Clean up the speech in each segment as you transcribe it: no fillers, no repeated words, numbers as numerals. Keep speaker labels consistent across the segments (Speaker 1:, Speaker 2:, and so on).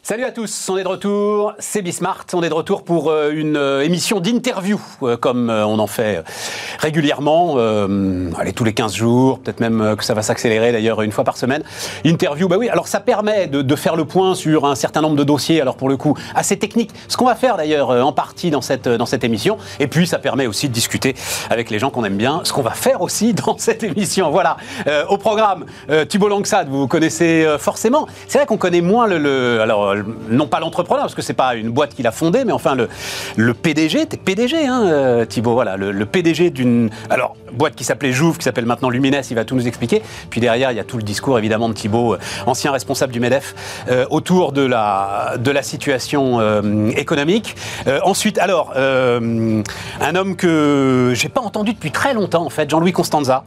Speaker 1: Salut à tous, on est de retour, c'est Bismart, on est de retour pour une émission d'interview, comme on en fait régulièrement, allez, tous les 15 jours, peut-être même que ça va s'accélérer d'ailleurs une fois par semaine. Interview, bah oui, alors ça permet de faire le point sur un certain nombre de dossiers, alors pour le coup assez techniques, ce qu'on va faire d'ailleurs en partie dans cette émission, et puis ça permet aussi de discuter avec les gens qu'on aime bien, ce qu'on va faire aussi dans cette émission. Voilà, au programme, Thibault Langsad, vous connaissez forcément, c'est vrai qu'on connaît moins alors non pas l'entrepreneur, parce que c'est pas une boîte qu'il a fondée, mais enfin le PDG, t'es PDG, hein, Thibault, voilà, le PDG d'une boîte qui s'appelait Jouve, qui s'appelle maintenant Lumines, il va tout nous expliquer. Puis derrière, il y a tout le discours évidemment de Thibault, ancien responsable du MEDEF, autour de la situation économique. Ensuite, un homme que j'ai pas entendu depuis très longtemps, en fait, Jean-Louis Constanza.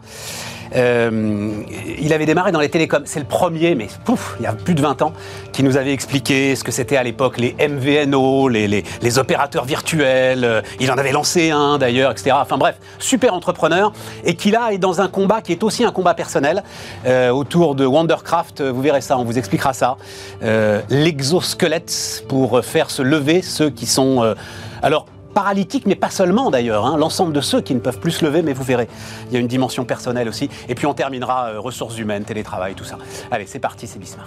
Speaker 1: Il avait démarré dans les télécoms, c'est le premier, mais il y a plus de 20 ans, qui nous avait expliqué ce que c'était à l'époque les MVNO, les opérateurs virtuels, il en avait lancé un d'ailleurs, etc. Enfin bref, super entrepreneur, et qui là est dans un combat qui est aussi un combat personnel, autour de Wondercraft, vous verrez ça, on vous expliquera ça, l'exosquelette pour faire se lever ceux qui sont... paralytiques, mais pas seulement d'ailleurs, hein, l'ensemble de ceux qui ne peuvent plus se lever, mais vous verrez, il y a une dimension personnelle aussi. Et puis on terminera ressources humaines, télétravail, tout ça. Allez, c'est parti, c'est Bismart.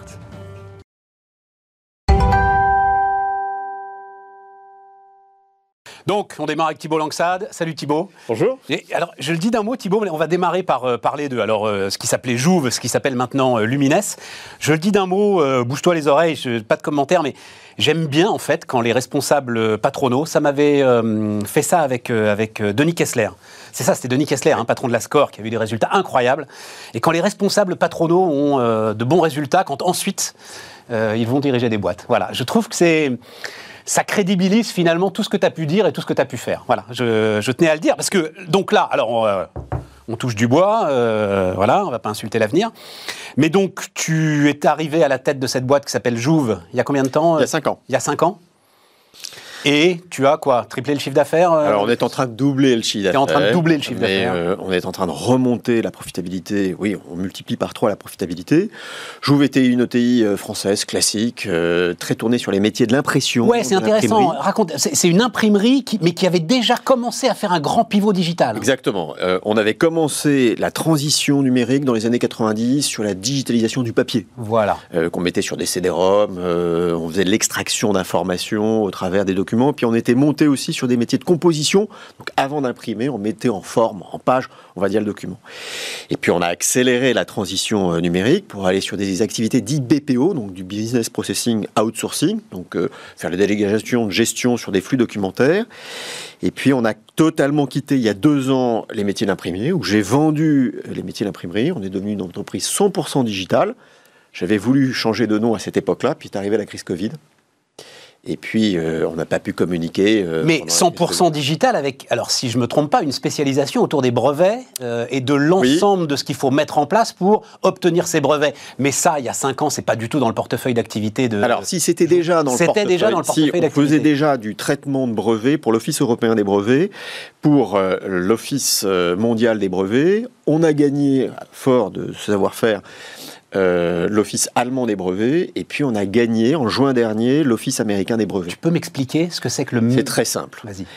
Speaker 1: Donc, on démarre avec Thibault Langsad. Salut Thibault.
Speaker 2: Bonjour.
Speaker 1: Et alors, je le dis d'un mot, Thibault, mais on va démarrer par parler de ce qui s'appelait Jouve, ce qui s'appelle maintenant Lumines. Je le dis d'un mot, bouge-toi les oreilles, pas de commentaires, mais j'aime bien en fait quand les responsables patronaux, ça m'avait fait ça avec Denis Kessler. C'est ça, c'était Denis Kessler, patron de la SCOR, qui a eu des résultats incroyables. Et quand les responsables patronaux ont de bons résultats, quand ensuite ils vont diriger des boîtes. Voilà, je trouve que ça crédibilise finalement tout ce que tu as pu dire et tout ce que tu as pu faire. Voilà, je tenais à le dire, parce que, donc là, on touche du bois, voilà, on va pas insulter l'avenir. Mais donc, tu es arrivé à la tête de cette boîte qui s'appelle Jouve, il y a combien de temps ?
Speaker 2: Il y a 5 ans.
Speaker 1: Il y a 5 ans. Et tu as quoi ? Triplé le chiffre d'affaires ?
Speaker 2: Alors, on est en train de doubler le chiffre d'affaires.
Speaker 1: Tu es en train de doubler le chiffre d'affaires.
Speaker 2: On est en train de remonter la profitabilité. Oui, on multiplie par 3 la profitabilité. Jouve était une ETI française classique, très tournée sur les métiers de l'impression.
Speaker 1: Ouais, c'est intéressant. Raconte, c'est une imprimerie mais qui avait déjà commencé à faire un grand pivot digital.
Speaker 2: Exactement. On avait commencé la transition numérique dans les années 90 sur la digitalisation du papier.
Speaker 1: Voilà.
Speaker 2: Qu'on mettait sur des CD-ROM, on faisait de l'extraction d'informations au travers des documents. Puis on était monté aussi sur des métiers de composition. Donc avant d'imprimer, on mettait en forme, en page, on va dire le document. Et puis on a accéléré la transition numérique pour aller sur des activités dites BPO, donc du Business Processing Outsourcing, donc faire la délégation de gestion sur des flux documentaires. Et puis on a totalement quitté il y a 2 ans les métiers d'imprimerie, où j'ai vendu les métiers d'imprimerie. On est devenu une entreprise 100% digitale. J'avais voulu changer de nom à cette époque-là, puis est arrivée la crise Covid. Et puis, on n'a pas pu communiquer.
Speaker 1: Mais 100% digital avec, alors si je ne me trompe pas, une spécialisation autour des brevets et de l'ensemble de ce qu'il faut mettre en place pour obtenir ces brevets. Mais ça, il y a 5 ans, c'est pas du tout dans le portefeuille d'activité de...
Speaker 2: Alors, si c'était déjà dans le portefeuille, d'activité. On faisait déjà du traitement de brevets pour l'Office européen des brevets, pour l'Office mondial des brevets. On a gagné, fort de ce savoir-faire, l'Office allemand des brevets, et puis on a gagné en juin dernier l'Office américain des brevets.
Speaker 1: Tu peux m'expliquer ce que c'est que le...
Speaker 2: C'est très simple.
Speaker 1: Vas-y.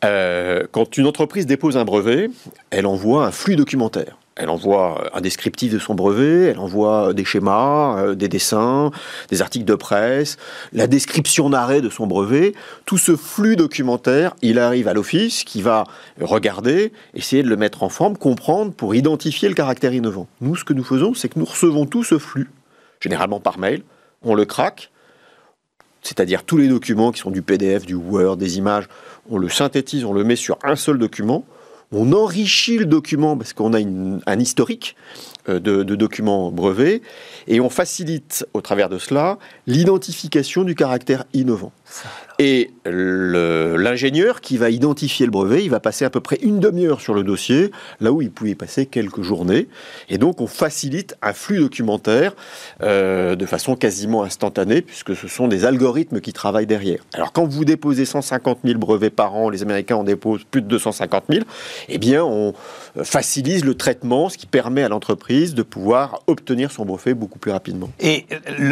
Speaker 2: Quand une entreprise dépose un brevet, elle envoie un flux documentaire. Elle envoie un descriptif de son brevet, elle envoie des schémas, des dessins, des articles de presse, la description d'arrêt de son brevet. Tout ce flux documentaire, il arrive à l'office qui va regarder, essayer de le mettre en forme, comprendre pour identifier le caractère innovant. Nous, ce que nous faisons, c'est que nous recevons tout ce flux, généralement par mail, on le craque, c'est-à-dire tous les documents qui sont du PDF, du Word, des images, on le synthétise, on le met sur un seul document. On enrichit le document parce qu'on a un historique de documents brevets et on facilite au travers de cela l'identification du caractère innovant. Et l'ingénieur qui va identifier le brevet, il va passer à peu près une demi-heure sur le dossier, là où il pouvait passer quelques journées. Et donc, on facilite un flux documentaire de façon quasiment instantanée, puisque ce sont des algorithmes qui travaillent derrière. Alors, quand vous déposez 150 000 brevets par an, les Américains en déposent plus de 250 000, eh bien, on facilite le traitement, ce qui permet à l'entreprise l'entreprise de pouvoir obtenir son brevet beaucoup plus rapidement.
Speaker 1: Et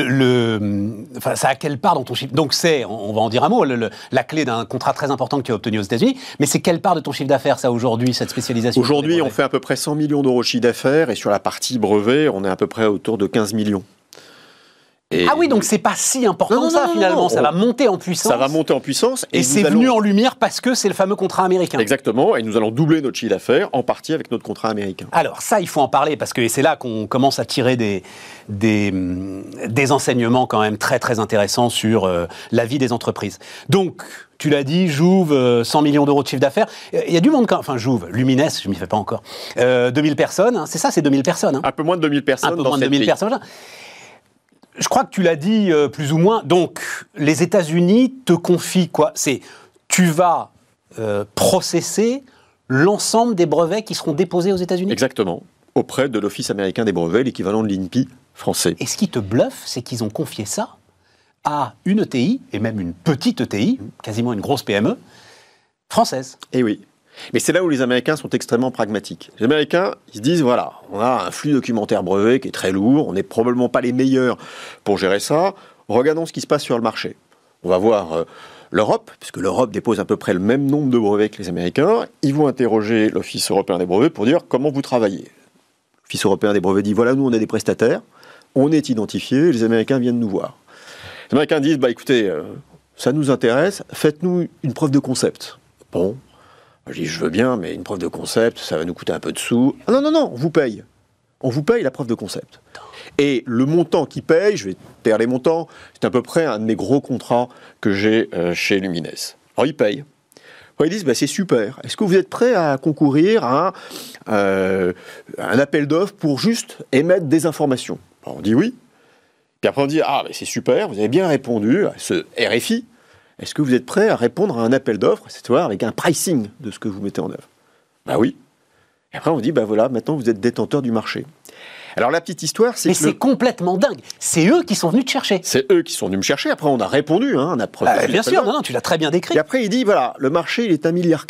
Speaker 1: ça a quelle part dans ton chiffre? Donc on va en dire un mot, la clé d'un contrat très important que tu as obtenu aux États-Unis, mais c'est quelle part de ton chiffre d'affaires ça aujourd'hui, cette spécialisation?
Speaker 2: Aujourd'hui, on fait à peu près 100 millions d'euros de chiffre d'affaires et sur la partie brevet, on est à peu près autour de 15 millions.
Speaker 1: Ah oui, donc c'est pas si important que ça finalement, ça va monter en puissance.
Speaker 2: Ça va monter en puissance.
Speaker 1: Et c'est venu en lumière parce que c'est le fameux contrat américain.
Speaker 2: Exactement, et nous allons doubler notre chiffre d'affaires en partie avec notre contrat américain.
Speaker 1: Alors ça, il faut en parler parce que c'est là qu'on commence à tirer des enseignements quand même très très intéressants sur la vie des entreprises. Donc, tu l'as dit, Jouve, 100 millions d'euros de chiffre d'affaires. Il y a du monde quand même. Enfin, Jouve, Lumines, je ne m'y fais pas encore. 2000 personnes, hein, c'est ça, c'est 2000 personnes. Hein.
Speaker 2: Un peu moins de 2000 personnes.
Speaker 1: Un peu moins de 2000 personnes. Je crois que tu l'as dit plus ou moins. Donc, les États-Unis te confient quoi? Tu vas processer l'ensemble des brevets qui seront déposés aux États-Unis?
Speaker 2: Exactement. Auprès de l'Office américain des brevets, l'équivalent de l'INPI français.
Speaker 1: Et ce qui te bluffe, c'est qu'ils ont confié ça à une ETI, et même une petite ETI, quasiment une grosse PME, française.
Speaker 2: Eh oui. Mais c'est là où les Américains sont extrêmement pragmatiques. Les Américains, ils se disent, voilà, on a un flux documentaire brevet qui est très lourd, on n'est probablement pas les meilleurs pour gérer ça, regardons ce qui se passe sur le marché. On va voir l'Europe, puisque l'Europe dépose à peu près le même nombre de brevets que les Américains, ils vont interroger l'Office européen des brevets pour dire comment vous travaillez. L'Office européen des brevets dit, voilà, nous on a des prestataires, on est identifiés, les Américains viennent nous voir. Les Américains disent, bah écoutez, ça nous intéresse, faites-nous une preuve de concept. Bon. Je dis, je veux bien, mais une preuve de concept, ça va nous coûter un peu de sous. Ah non, on vous paye. On vous paye la preuve de concept. Et le montant qu'ils payent, je vais taire les montants, c'est à peu près un de mes gros contrats que j'ai chez Lumines. Alors ils payent. Alors, ils disent, bah, c'est super. Est-ce que vous êtes prêts à concourir à un appel d'offres pour juste émettre des informations? Alors, on dit oui. Puis après on dit, ah, bah, c'est super, vous avez bien répondu à ce RFI. Est-ce que vous êtes prêt à répondre à un appel d'offres, c'est-à-dire avec un pricing de ce que vous mettez en œuvre? Ben oui. Et après, on dit, ben voilà, maintenant vous êtes détenteur du marché. Alors la petite histoire, c'est
Speaker 1: mais c'est complètement dingue. C'est eux qui sont venus te chercher.
Speaker 2: C'est eux qui sont venus me chercher. Après, on a répondu, on a preuvé.
Speaker 1: Bien sûr, non, tu l'as très bien décrit.
Speaker 2: Et après, il dit, voilà, le marché, il est 1,4 milliard.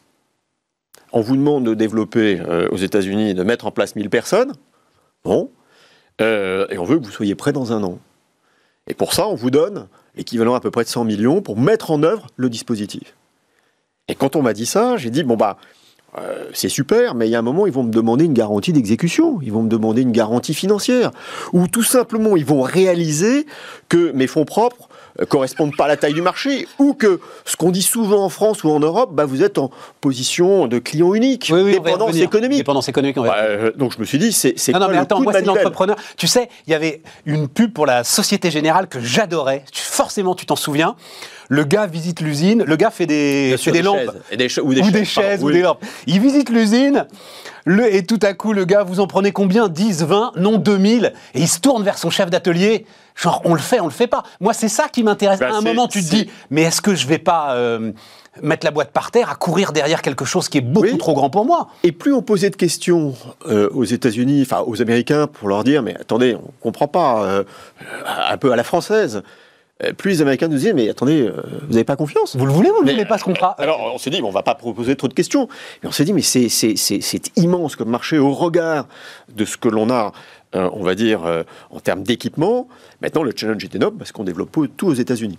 Speaker 2: On vous demande de développer aux États-Unis, de mettre en place 1000 personnes. Bon. Et on veut que vous soyez prêts dans un an. Et pour ça, on vous donne l'équivalent à peu près de 100 millions pour mettre en œuvre le dispositif. Et quand on m'a dit ça, j'ai dit, bon bah, c'est super, mais il y a un moment, ils vont me demander une garantie d'exécution, ils vont me demander une garantie financière, ou tout simplement, ils vont réaliser que mes fonds propres correspondent pas à la taille du marché, ou que, ce qu'on dit souvent en France ou en Europe, bah, vous êtes en position de client unique, dépendance économique.
Speaker 1: Dépendance économique,
Speaker 2: donc je me suis dit, c'est
Speaker 1: non, mais attends, moi c'est l'entrepreneur. Tu sais, il y avait une pub pour la Société Générale que j'adorais, forcément tu t'en souviens. Le gars visite l'usine, le gars fait des lampes, ou des chaises, ou des lampes. Il visite l'usine, et tout à coup, le gars, vous en prenez combien? 10, 20, non 2000, et il se tourne vers son chef d'atelier, genre, on le fait pas. Moi, c'est ça qui m'intéresse. À un moment, tu te dis, mais est-ce que je vais pas mettre la boîte par terre, à courir derrière quelque chose qui est beaucoup trop grand pour moi?
Speaker 2: Et plus on posait de questions aux États-Unis, enfin aux Américains, pour leur dire, mais attendez, on comprend pas, un peu à la française. Plus les Américains nous disaient, mais attendez, vous n'avez pas confiance?
Speaker 1: Vous le voulez ou vous ne voulez pas ce contrat?
Speaker 2: Alors on s'est dit, on ne va pas proposer trop de questions. Et on s'est dit, mais c'est immense comme marché au regard de ce que l'on a, on va dire, en termes d'équipement. Maintenant, le challenge est énorme parce qu'on développe tout aux États-Unis.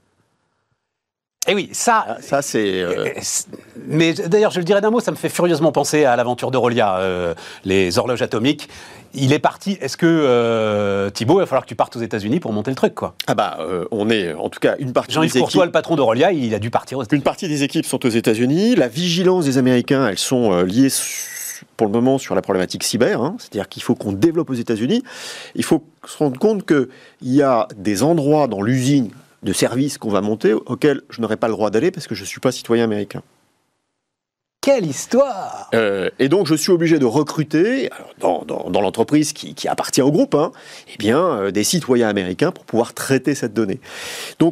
Speaker 1: Et oui, ça
Speaker 2: c'est...
Speaker 1: Mais d'ailleurs, je le dirais d'un mot, ça me fait furieusement penser à l'aventure d'Eurolia, les horloges atomiques. Il est parti. Est-ce que, Thibault, il va falloir que tu partes aux États-Unis pour monter le truc, quoi?
Speaker 2: Ah bah, on est, en tout cas, une partie
Speaker 1: Jean-Yves
Speaker 2: des
Speaker 1: Courtois,
Speaker 2: équipes...
Speaker 1: le patron d'Eurolia, il a dû partir aux États-Unis.
Speaker 2: Une partie des équipes sont aux États-Unis. La vigilance des Américains, elles sont liées pour le moment sur la problématique cyber. C'est-à-dire qu'il faut qu'on développe aux États-Unis. Il faut se rendre compte qu'il y a des endroits dans l'usine de services qu'on va monter auxquels je n'aurai pas le droit d'aller parce que je ne suis pas citoyen américain.
Speaker 1: Quelle histoire!
Speaker 2: Et donc, je suis obligé de recruter, dans l'entreprise qui appartient au groupe, des citoyens américains pour pouvoir traiter cette donnée. Donc,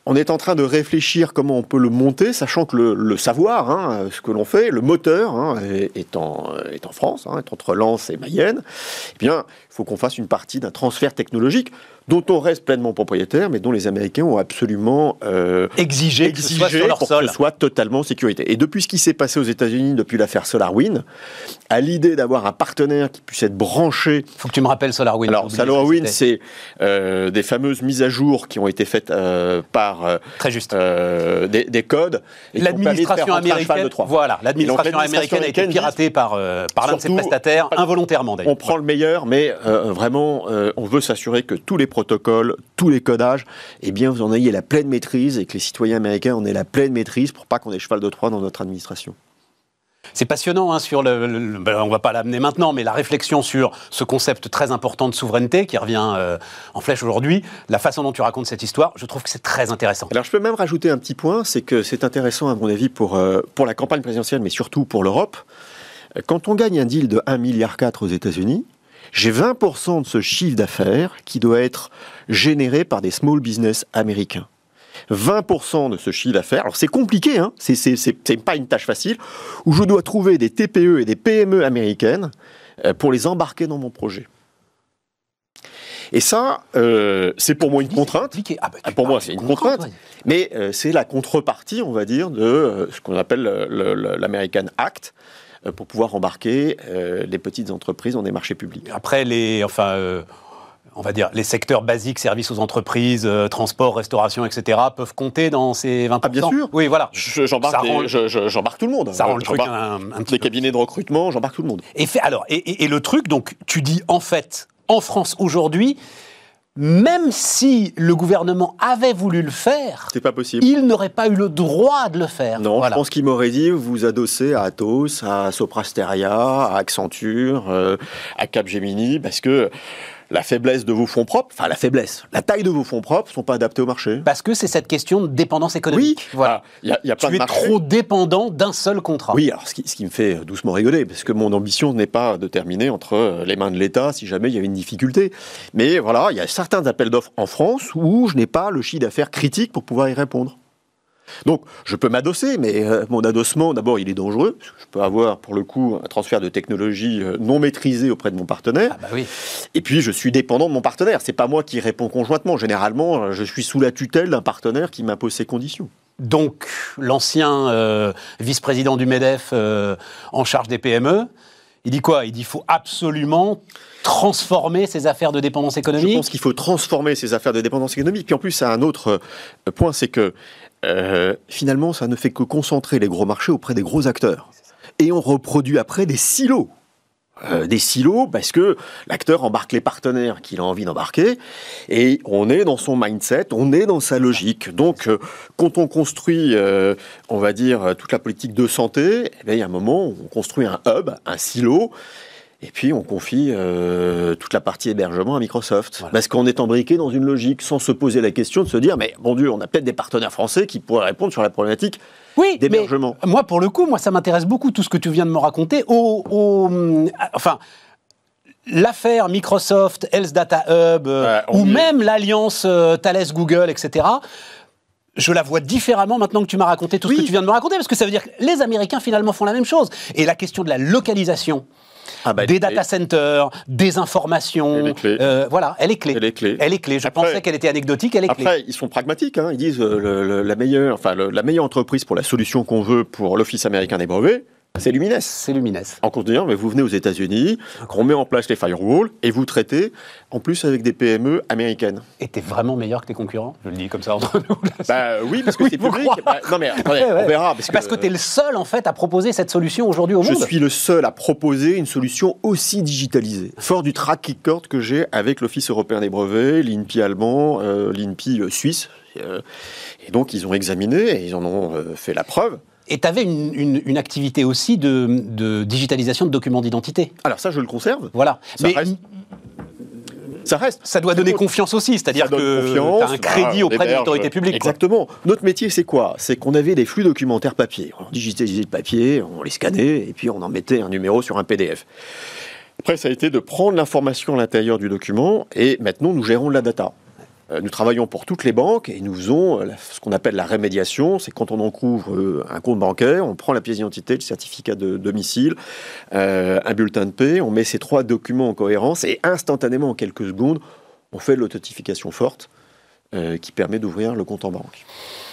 Speaker 2: on est en train de réfléchir comment on peut le monter, sachant que le savoir, hein, ce que l'on fait, le moteur, hein, est en France, hein, est entre Lens et Mayenne. Eh bien, il faut qu'on fasse une partie d'un transfert technologique dont on reste pleinement propriétaire, mais dont les Américains ont absolument
Speaker 1: exigé que ce soit sur leur
Speaker 2: pour
Speaker 1: sol.
Speaker 2: que ce soit totalement sécurité. Et depuis ce qui s'est passé aux États-Unis, depuis l'affaire SolarWinds, à l'idée d'avoir un partenaire qui puisse être branché.
Speaker 1: Il faut que tu me rappelles SolarWinds.
Speaker 2: Alors, SolarWinds, c'est des fameuses mises à jour qui ont été faites par
Speaker 1: très juste.
Speaker 2: Des codes.
Speaker 1: L'administration américaine, voilà, l'administration américaine a été piratée par l'un de ses prestataires, involontairement d'ailleurs.
Speaker 2: On prend le meilleur, mais vraiment, on veut s'assurer que tous les protocoles, tous les codages, eh bien, vous en ayez la pleine maîtrise et que les citoyens américains en aient la pleine maîtrise pour pas qu'on ait cheval de Troie dans notre administration.
Speaker 1: C'est passionnant, hein, sur on ne va pas l'amener maintenant, mais la réflexion sur ce concept très important de souveraineté qui revient en flèche aujourd'hui, la façon dont tu racontes cette histoire, je trouve que c'est très intéressant.
Speaker 2: Alors je peux même rajouter un petit point, c'est que c'est intéressant à mon avis pour la campagne présidentielle, mais surtout pour l'Europe. Quand on gagne un deal de 1,4 milliard aux États-Unis, j'ai 20% de ce chiffre d'affaires qui doit être généré par des small business américains. 20% de ce chiffre d'affaires, alors c'est compliqué, hein, c'est pas une tâche facile, où je dois trouver des TPE et des PME américaines pour les embarquer dans mon projet. Et ça, c'est pour moi une contrainte. Pour moi, c'est une contrainte. Mais c'est la contrepartie, on va dire, de ce qu'on appelle l'American Act, pour pouvoir embarquer les petites entreprises dans des marchés publics.
Speaker 1: Après, on va dire, les secteurs basiques, services aux entreprises, transport, restauration, etc., peuvent compter dans ces 20%.
Speaker 2: Ah, bien sûr.
Speaker 1: Oui, voilà.
Speaker 2: J'embarque tout le monde.
Speaker 1: Ça rend le truc un petit
Speaker 2: peu. Les cabinets de recrutement, j'embarque tout le monde.
Speaker 1: Et le truc, donc, tu dis, en fait, en France aujourd'hui, même si le gouvernement avait voulu le faire,
Speaker 2: c'est pas possible.
Speaker 1: Il n'aurait pas eu le droit de le faire.
Speaker 2: Non, voilà. Je pense qu'il m'aurait dit, vous vous adossez à Atos, à Soprasteria, à Accenture, à Capgemini, parce que la faiblesse de vos fonds propres, la taille de vos fonds propres ne sont pas adaptés au marché.
Speaker 1: Parce que c'est cette question de dépendance économique.
Speaker 2: Oui, voilà. Y a plein
Speaker 1: tu
Speaker 2: de
Speaker 1: es trop dépendant d'un seul contrat.
Speaker 2: Oui, alors ce qui me fait doucement rigoler, parce que mon ambition n'est pas de terminer entre les mains de l'État si jamais il y avait une difficulté. Mais voilà, il y a certains appels d'offres en France où je n'ai pas le chiffre d'affaires critique pour pouvoir y répondre. Donc, je peux m'adosser, mais mon adossement, d'abord, il est dangereux. Parce que je peux avoir, pour le coup, un transfert de technologie non maîtrisé auprès de mon partenaire.
Speaker 1: Ah bah oui.
Speaker 2: Et puis, je suis dépendant de mon partenaire. C'est pas moi qui réponds conjointement. Généralement, je suis sous la tutelle d'un partenaire qui m'impose ses conditions.
Speaker 1: Donc, l'ancien vice-président du MEDEF en charge des PME, il dit quoi ? Il dit qu'il faut absolument transformer ces affaires de dépendance économique.
Speaker 2: Je pense qu'il faut transformer ces affaires de dépendance économique. Puis en plus, ça a un autre point, c'est que finalement, ça ne fait que concentrer les gros marchés auprès des gros acteurs. Et on reproduit après des silos. Des silos parce que l'acteur embarque les partenaires qu'il a envie d'embarquer et on est dans son mindset, on est dans sa logique. Donc, quand on construit, on va dire, toute la politique de santé, eh bien, il y a un moment où on construit un hub, un silo. Et puis, on confie toute la partie hébergement à Microsoft. Voilà. Parce qu'on est embriqué dans une logique sans se poser la question de se dire, mais bon Dieu, on a peut-être des partenaires français qui pourraient répondre sur la problématique d'hébergement.
Speaker 1: Mais moi, pour le coup, ça m'intéresse beaucoup tout ce que tu viens de me raconter. Enfin, l'affaire Microsoft, Health Data Hub, ou même l'alliance Thales-Google, etc., je la vois différemment maintenant que tu m'as raconté tout ce que tu viens de me raconter, parce que ça veut dire que les Américains, finalement, font la même chose. Et la question de la localisation, des data centers, des informations, elle est clé. Elle est clé. Elle est clé. Je pensais qu'elle était anecdotique, elle est clé.
Speaker 2: Après, ils sont pragmatiques. Ils disent la meilleure entreprise pour la solution qu'on veut pour l'Office américain des brevets, c'est Lumines.
Speaker 1: C'est Lumines.
Speaker 2: En continuant, mais vous venez aux États-Unis, on met en place les firewalls et vous traitez en plus avec des PME américaines.
Speaker 1: Et t'es vraiment meilleur que tes concurrents ? Je le dis comme ça entre nous.
Speaker 2: Oui, parce que c'est public. Non mais attendez, on verra.
Speaker 1: Parce que t'es le seul en fait à proposer cette solution aujourd'hui au monde.
Speaker 2: Je suis le seul à proposer une solution aussi digitalisée, fort du track record que j'ai avec l'Office européen des brevets, l'INPI allemand, l'INPI suisse. Et donc ils ont examiné et ils en ont fait la preuve.
Speaker 1: Et tu avais une activité aussi de digitalisation de documents d'identité.
Speaker 2: Alors ça, je le conserve.
Speaker 1: Voilà.
Speaker 2: Ça reste.
Speaker 1: Ça doit donner confiance aussi, c'est-à-dire que tu as un crédit auprès des autorités publiques.
Speaker 2: Exactement. Notre métier, c'est quoi ? C'est qu'on avait des flux documentaires papier. On digitalisait le papier, on les scannait, et puis on en mettait un numéro sur un PDF. Après, ça a été de prendre l'information à l'intérieur du document, et maintenant, nous gérons de la data. Nous travaillons pour toutes les banques et nous faisons ce qu'on appelle la rémédiation. C'est quand on encouvre un compte bancaire, on prend la pièce d'identité, le certificat de domicile, un bulletin de paie, on met ces 3 documents en cohérence et instantanément, en quelques secondes, on fait l'authentification forte qui permet d'ouvrir le compte en banque.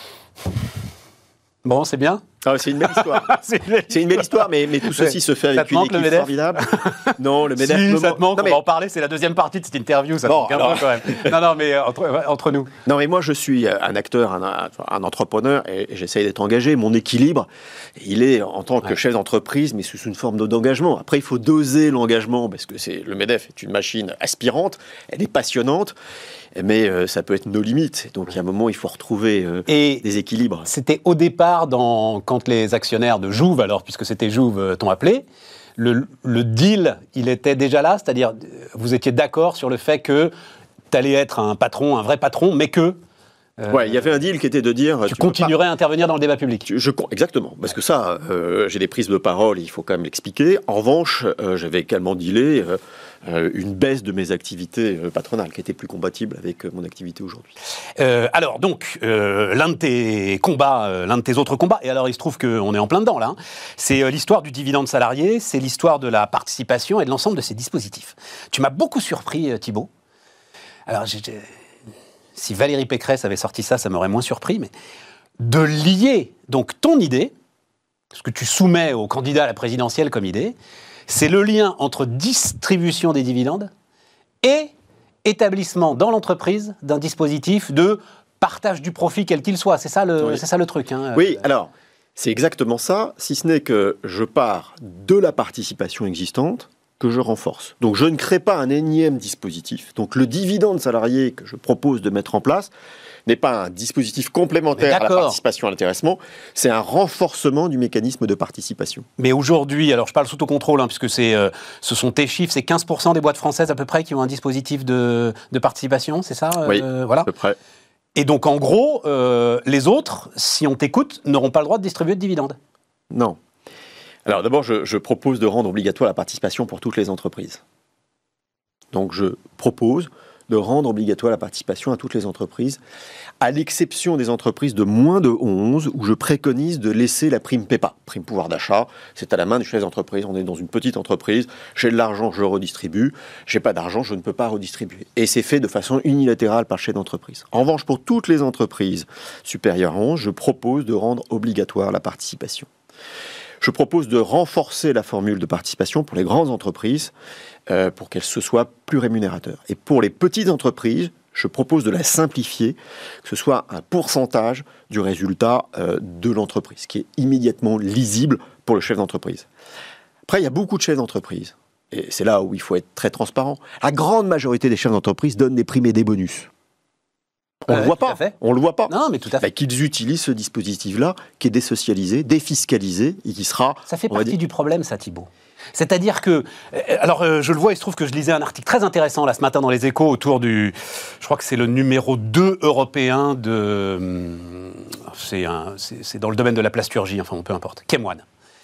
Speaker 1: Bon, c'est bien.
Speaker 2: C'est une belle histoire. c'est une belle histoire, mais tout ceci se fait avec une équipe formidable. Non, le MEDEF.
Speaker 1: Si, ça te manque, on va en parler, c'est la deuxième partie de cette interview, ça te manque un peu quand même. Non, mais entre nous.
Speaker 2: Non, mais moi je suis un acteur, un entrepreneur, et j'essaye d'être engagé. Mon équilibre, il est en tant que chef d'entreprise, mais sous une forme d'engagement. Après, il faut doser l'engagement, parce que le MEDEF est une machine aspirante, elle est passionnante, mais ça peut être nos limites. Donc, il y a un moment, il faut retrouver des équilibres.
Speaker 1: C'était au départ, quand les actionnaires de Jouve, alors, puisque c'était Jouve, t'ont appelé, le deal, il était déjà là, c'est-à-dire, vous étiez d'accord sur le fait que tu allais être un patron, un vrai patron, mais que...
Speaker 2: il y avait un deal qui était de dire...
Speaker 1: Tu continuerais à intervenir dans le débat public.
Speaker 2: Exactement, parce que ça, j'ai des prises de parole, il faut quand même l'expliquer. En revanche, j'avais également dealé une baisse de mes activités patronales, qui était plus compatible avec mon activité aujourd'hui.
Speaker 1: Alors, donc, l'un de tes combats, l'un de tes autres combats, et alors il se trouve qu'on est en plein dedans, là, c'est l'histoire du dividende salarié, c'est l'histoire de la participation et de l'ensemble de ces dispositifs. Tu m'as beaucoup surpris, Thibault. Alors, si Valérie Pécresse avait sorti ça, ça m'aurait moins surpris, mais de lier donc ton idée, ce que tu soumets au candidat à la présidentielle comme idée, c'est le lien entre distribution des dividendes et établissement dans l'entreprise d'un dispositif de partage du profit quel qu'il soit. C'est ça le truc. Hein.
Speaker 2: Oui, alors, c'est exactement ça, si ce n'est que je pars de la participation existante que je renforce. Donc je ne crée pas un énième dispositif. Donc le dividende salarié que je propose de mettre en place n'est pas un dispositif complémentaire à la participation à l'intéressement, c'est un renforcement du mécanisme de participation.
Speaker 1: Mais aujourd'hui, alors je parle sous ton contrôle, puisque ce sont tes chiffres, c'est 15% des boîtes françaises à peu près qui ont un dispositif de participation, c'est ça
Speaker 2: Oui,
Speaker 1: voilà.
Speaker 2: à peu près.
Speaker 1: Et donc en gros, les autres, si on t'écoute, n'auront pas le droit de distribuer de dividendes.
Speaker 2: Non. Alors d'abord, je propose de rendre obligatoire la participation pour toutes les entreprises. Donc je propose de rendre obligatoire la participation à toutes les entreprises, à l'exception des entreprises de moins de 11, où je préconise de laisser la prime PEPA, prime pouvoir d'achat. C'est à la main du chef d'entreprise. On est dans une petite entreprise, j'ai de l'argent, je redistribue. J'ai pas d'argent, je ne peux pas redistribuer. Et c'est fait de façon unilatérale par chef d'entreprise. En revanche, pour toutes les entreprises supérieures à 11, je propose de rendre obligatoire la participation. Je propose de renforcer la formule de participation pour les grandes entreprises pour qu'elle se soit plus rémunérateur. Et pour les petites entreprises, je propose de la simplifier, que ce soit un pourcentage du résultat de l'entreprise, qui est immédiatement lisible pour le chef d'entreprise. Après, il y a beaucoup de chefs d'entreprise, et c'est là où il faut être très transparent. La grande majorité des chefs d'entreprise donnent des primes et des bonus. On le voit pas. On le voit pas.
Speaker 1: Non, mais tout à fait.
Speaker 2: Qu'ils utilisent ce dispositif-là, qui est désocialisé, défiscalisé, et qui sera...
Speaker 1: Ça fait partie du problème, ça, Thibault. C'est-à-dire que... Alors, je le vois, il se trouve que je lisais un article très intéressant, là, ce matin, dans Les Échos, autour du... Je crois que c'est le numéro 2 européen de... C'est dans le domaine de la plasturgie, enfin, peu importe. Kemwan.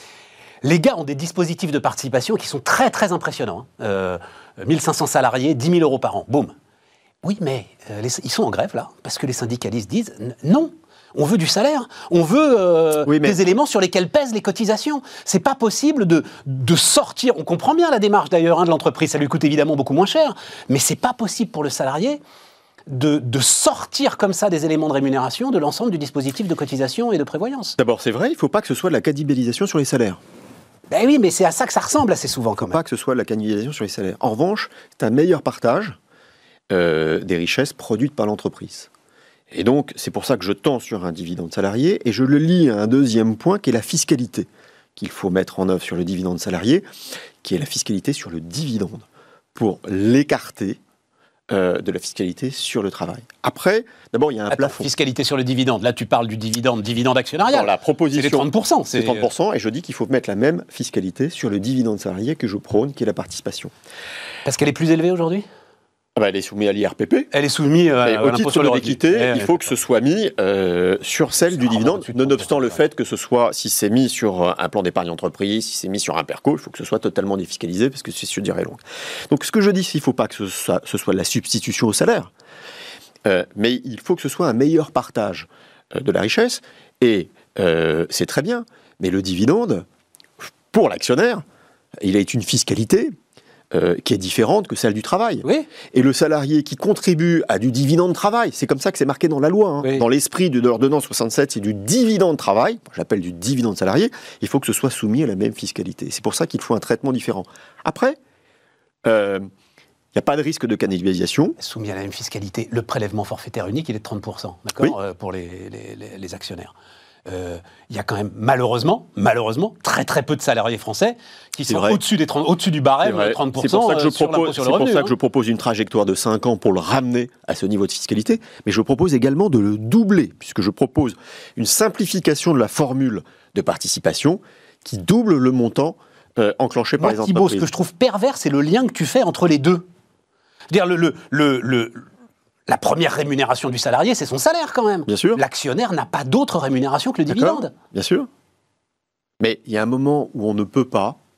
Speaker 1: Les gars ont des dispositifs de participation qui sont très, très impressionnants. 1500 salariés, 10 000 euros par an. Boum. Oui, mais ils sont en grève, là, parce que les syndicalistes disent non, on veut du salaire, on veut des éléments sur lesquels pèsent les cotisations. C'est pas possible de sortir, on comprend bien la démarche d'ailleurs de l'entreprise, ça lui coûte évidemment beaucoup moins cher, mais c'est pas possible pour le salarié de sortir comme ça des éléments de rémunération de l'ensemble du dispositif de cotisation et de prévoyance.
Speaker 2: D'abord, c'est vrai, il ne faut pas que ce soit de la cannibalisation sur les salaires.
Speaker 1: Ben oui, mais c'est à ça que ça ressemble assez souvent quand même.
Speaker 2: Il ne faut pas que ce soit de la cannibalisation sur les salaires. En revanche, c'est un meilleur partage des richesses produites par l'entreprise. Et donc, c'est pour ça que je tends sur un dividende salarié, et je le lie à un deuxième point qui est la fiscalité qu'il faut mettre en œuvre sur le dividende salarié, qui est la fiscalité sur le dividende, pour l'écarter de la fiscalité sur le travail. Après, d'abord, il y a un plafond.
Speaker 1: Fiscalité sur le dividende, là tu parles du dividende actionnarial.
Speaker 2: Dans la proposition,
Speaker 1: c'est les 30%.
Speaker 2: C'est 30%, et je dis qu'il faut mettre la même fiscalité sur le dividende salarié que je prône, qui est la participation.
Speaker 1: Parce qu'elle est plus élevée aujourd'hui ?
Speaker 2: Elle est soumise à l'IRPP.
Speaker 1: Elle est soumise à l'impôt sur le revenu.
Speaker 2: L'équité, il faut que ce soit mis sur celle du dividende, nonobstant le fait que ce soit, si c'est mis sur un plan d'épargne entreprise, si c'est mis sur un PERCO, il faut que ce soit totalement défiscalisé, parce que c'est sur durée longue. Donc ce que je dis, c'est qu'il ne faut pas que ce soit de la substitution au salaire. Mais il faut que ce soit un meilleur partage de la richesse. Et c'est très bien. Mais le dividende, pour l'actionnaire, il a une fiscalité qui est différente que celle du travail.
Speaker 1: Oui.
Speaker 2: Et le salarié qui contribue à du dividende de travail, c'est comme ça que c'est marqué dans la loi. Hein.
Speaker 1: Oui.
Speaker 2: Dans l'esprit de l'ordonnance 67, c'est du dividende de travail, j'appelle du dividende salarié, il faut que ce soit soumis à la même fiscalité. C'est pour ça qu'il faut un traitement différent. Après, il n'y a pas de risque de cannibalisation.
Speaker 1: Soumis à la même fiscalité, le prélèvement forfaitaire unique, il est de 30%, d'accord, pour les actionnaires. Il y a quand même, malheureusement, très très peu de salariés français qui sont au-dessus du barème de 30%
Speaker 2: C'est pour ça que je
Speaker 1: sur l'impôt sur le revenu.
Speaker 2: C'est pour ça que je propose une trajectoire de 5 ans pour le ramener à ce niveau de fiscalité, mais je propose également de le doubler, puisque je propose une simplification de la formule de participation qui double le montant enclenché par les entreprises.
Speaker 1: Thibaut, ce que je trouve pervers, c'est le lien que tu fais entre les deux. C'est-à-dire la première rémunération du salarié, c'est son salaire quand même.
Speaker 2: Bien sûr.
Speaker 1: L'actionnaire n'a pas d'autre rémunération que le dividende.
Speaker 2: Bien sûr. Mais il y a un moment où on ne peut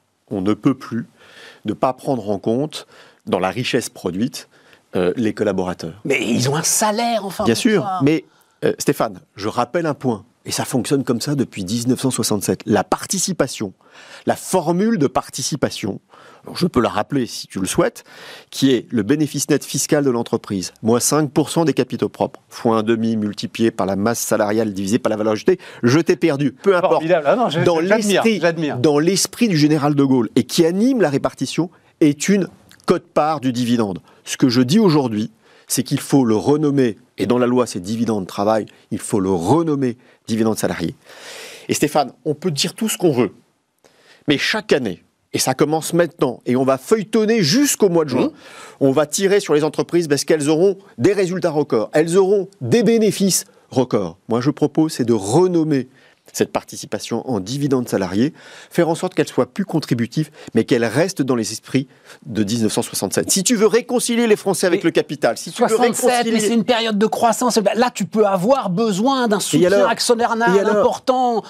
Speaker 2: plus ne pas prendre en compte dans la richesse produite les collaborateurs.
Speaker 1: Mais ils ont un salaire, enfin.
Speaker 2: Bien sûr. Mais Stéphane, je rappelle un point, et ça fonctionne comme ça depuis 1967. La participation, la formule de participation, je peux la rappeler si tu le souhaites, qui est le bénéfice net fiscal de l'entreprise, moins 5% des capitaux propres, fois 1,5 multiplié par la masse salariale divisée par la valeur ajoutée, je t'ai perdu. Peu importe.
Speaker 1: Ah non, j'admire.
Speaker 2: Dans l'esprit du général de Gaulle et qui anime la répartition est une quote-part du dividende. Ce que je dis aujourd'hui, c'est qu'il faut le renommer, et dans la loi c'est dividende travail, il faut le renommer dividende salarié. Et Stéphane, on peut dire tout ce qu'on veut, mais chaque année, et ça commence maintenant, et on va feuilletonner jusqu'au mois de juin. On va tirer sur les entreprises parce qu'elles auront des résultats records, elles auront des bénéfices records. Moi, je propose, c'est de renommer cette participation en dividende salarié, faire en sorte qu'elle soit plus contributive, mais qu'elle reste dans les esprits de 1967. Si tu veux réconcilier les Français avec le capital, si tu veux réconcilier...
Speaker 1: mais c'est une période de croissance. Là, tu peux avoir besoin d'un soutien actionnarial important.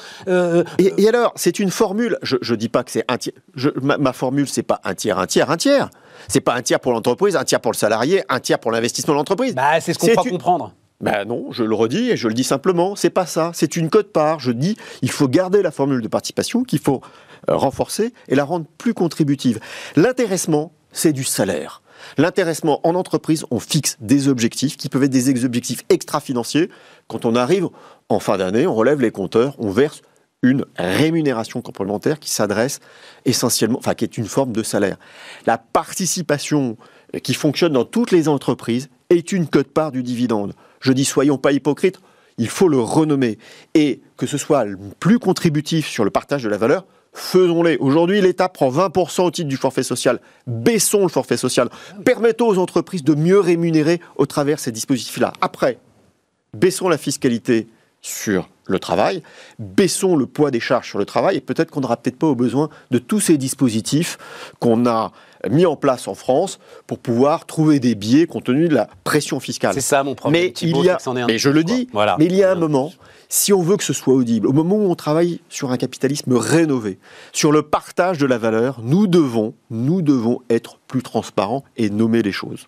Speaker 2: Et alors, c'est une formule. Je dis pas que c'est un tiers. Ma formule, c'est pas un tiers. C'est pas un tiers pour l'entreprise, un tiers pour le salarié, un tiers pour l'investissement de l'entreprise.
Speaker 1: C'est ce qu'on croit comprendre.
Speaker 2: Ben non, je le redis et je le dis simplement, c'est pas ça, c'est une quote-part. Je dis, il faut garder la formule de participation, qu'il faut renforcer et la rendre plus contributive. L'intéressement, c'est du salaire. L'intéressement en entreprise, on fixe des objectifs qui peuvent être des objectifs extra-financiers. Quand on arrive en fin d'année, on relève les compteurs, on verse une rémunération complémentaire qui s'adresse essentiellement, qui est une forme de salaire. La participation qui fonctionne dans toutes les entreprises est une quote-part du dividende. Je dis, soyons pas hypocrites, il faut le renommer. Et que ce soit plus contributif sur le partage de la valeur, faisons-les. Aujourd'hui, l'État prend 20% au titre du forfait social. Baissons le forfait social. Permettons aux entreprises de mieux rémunérer au travers de ces dispositifs-là. Après, baissons la fiscalité sur le travail, baissons le poids des charges sur le travail, et peut-être qu'on n'aura peut-être pas besoin de tous ces dispositifs qu'on a mis en place en France pour pouvoir trouver des biais compte tenu de la pression fiscale.
Speaker 1: C'est ça mon problème.
Speaker 2: Mais il y a, mais il y a un moment, si on veut que ce soit audible, au moment où on travaille sur un capitalisme rénové, sur le partage de la valeur, nous devons être plus transparents et nommer les choses.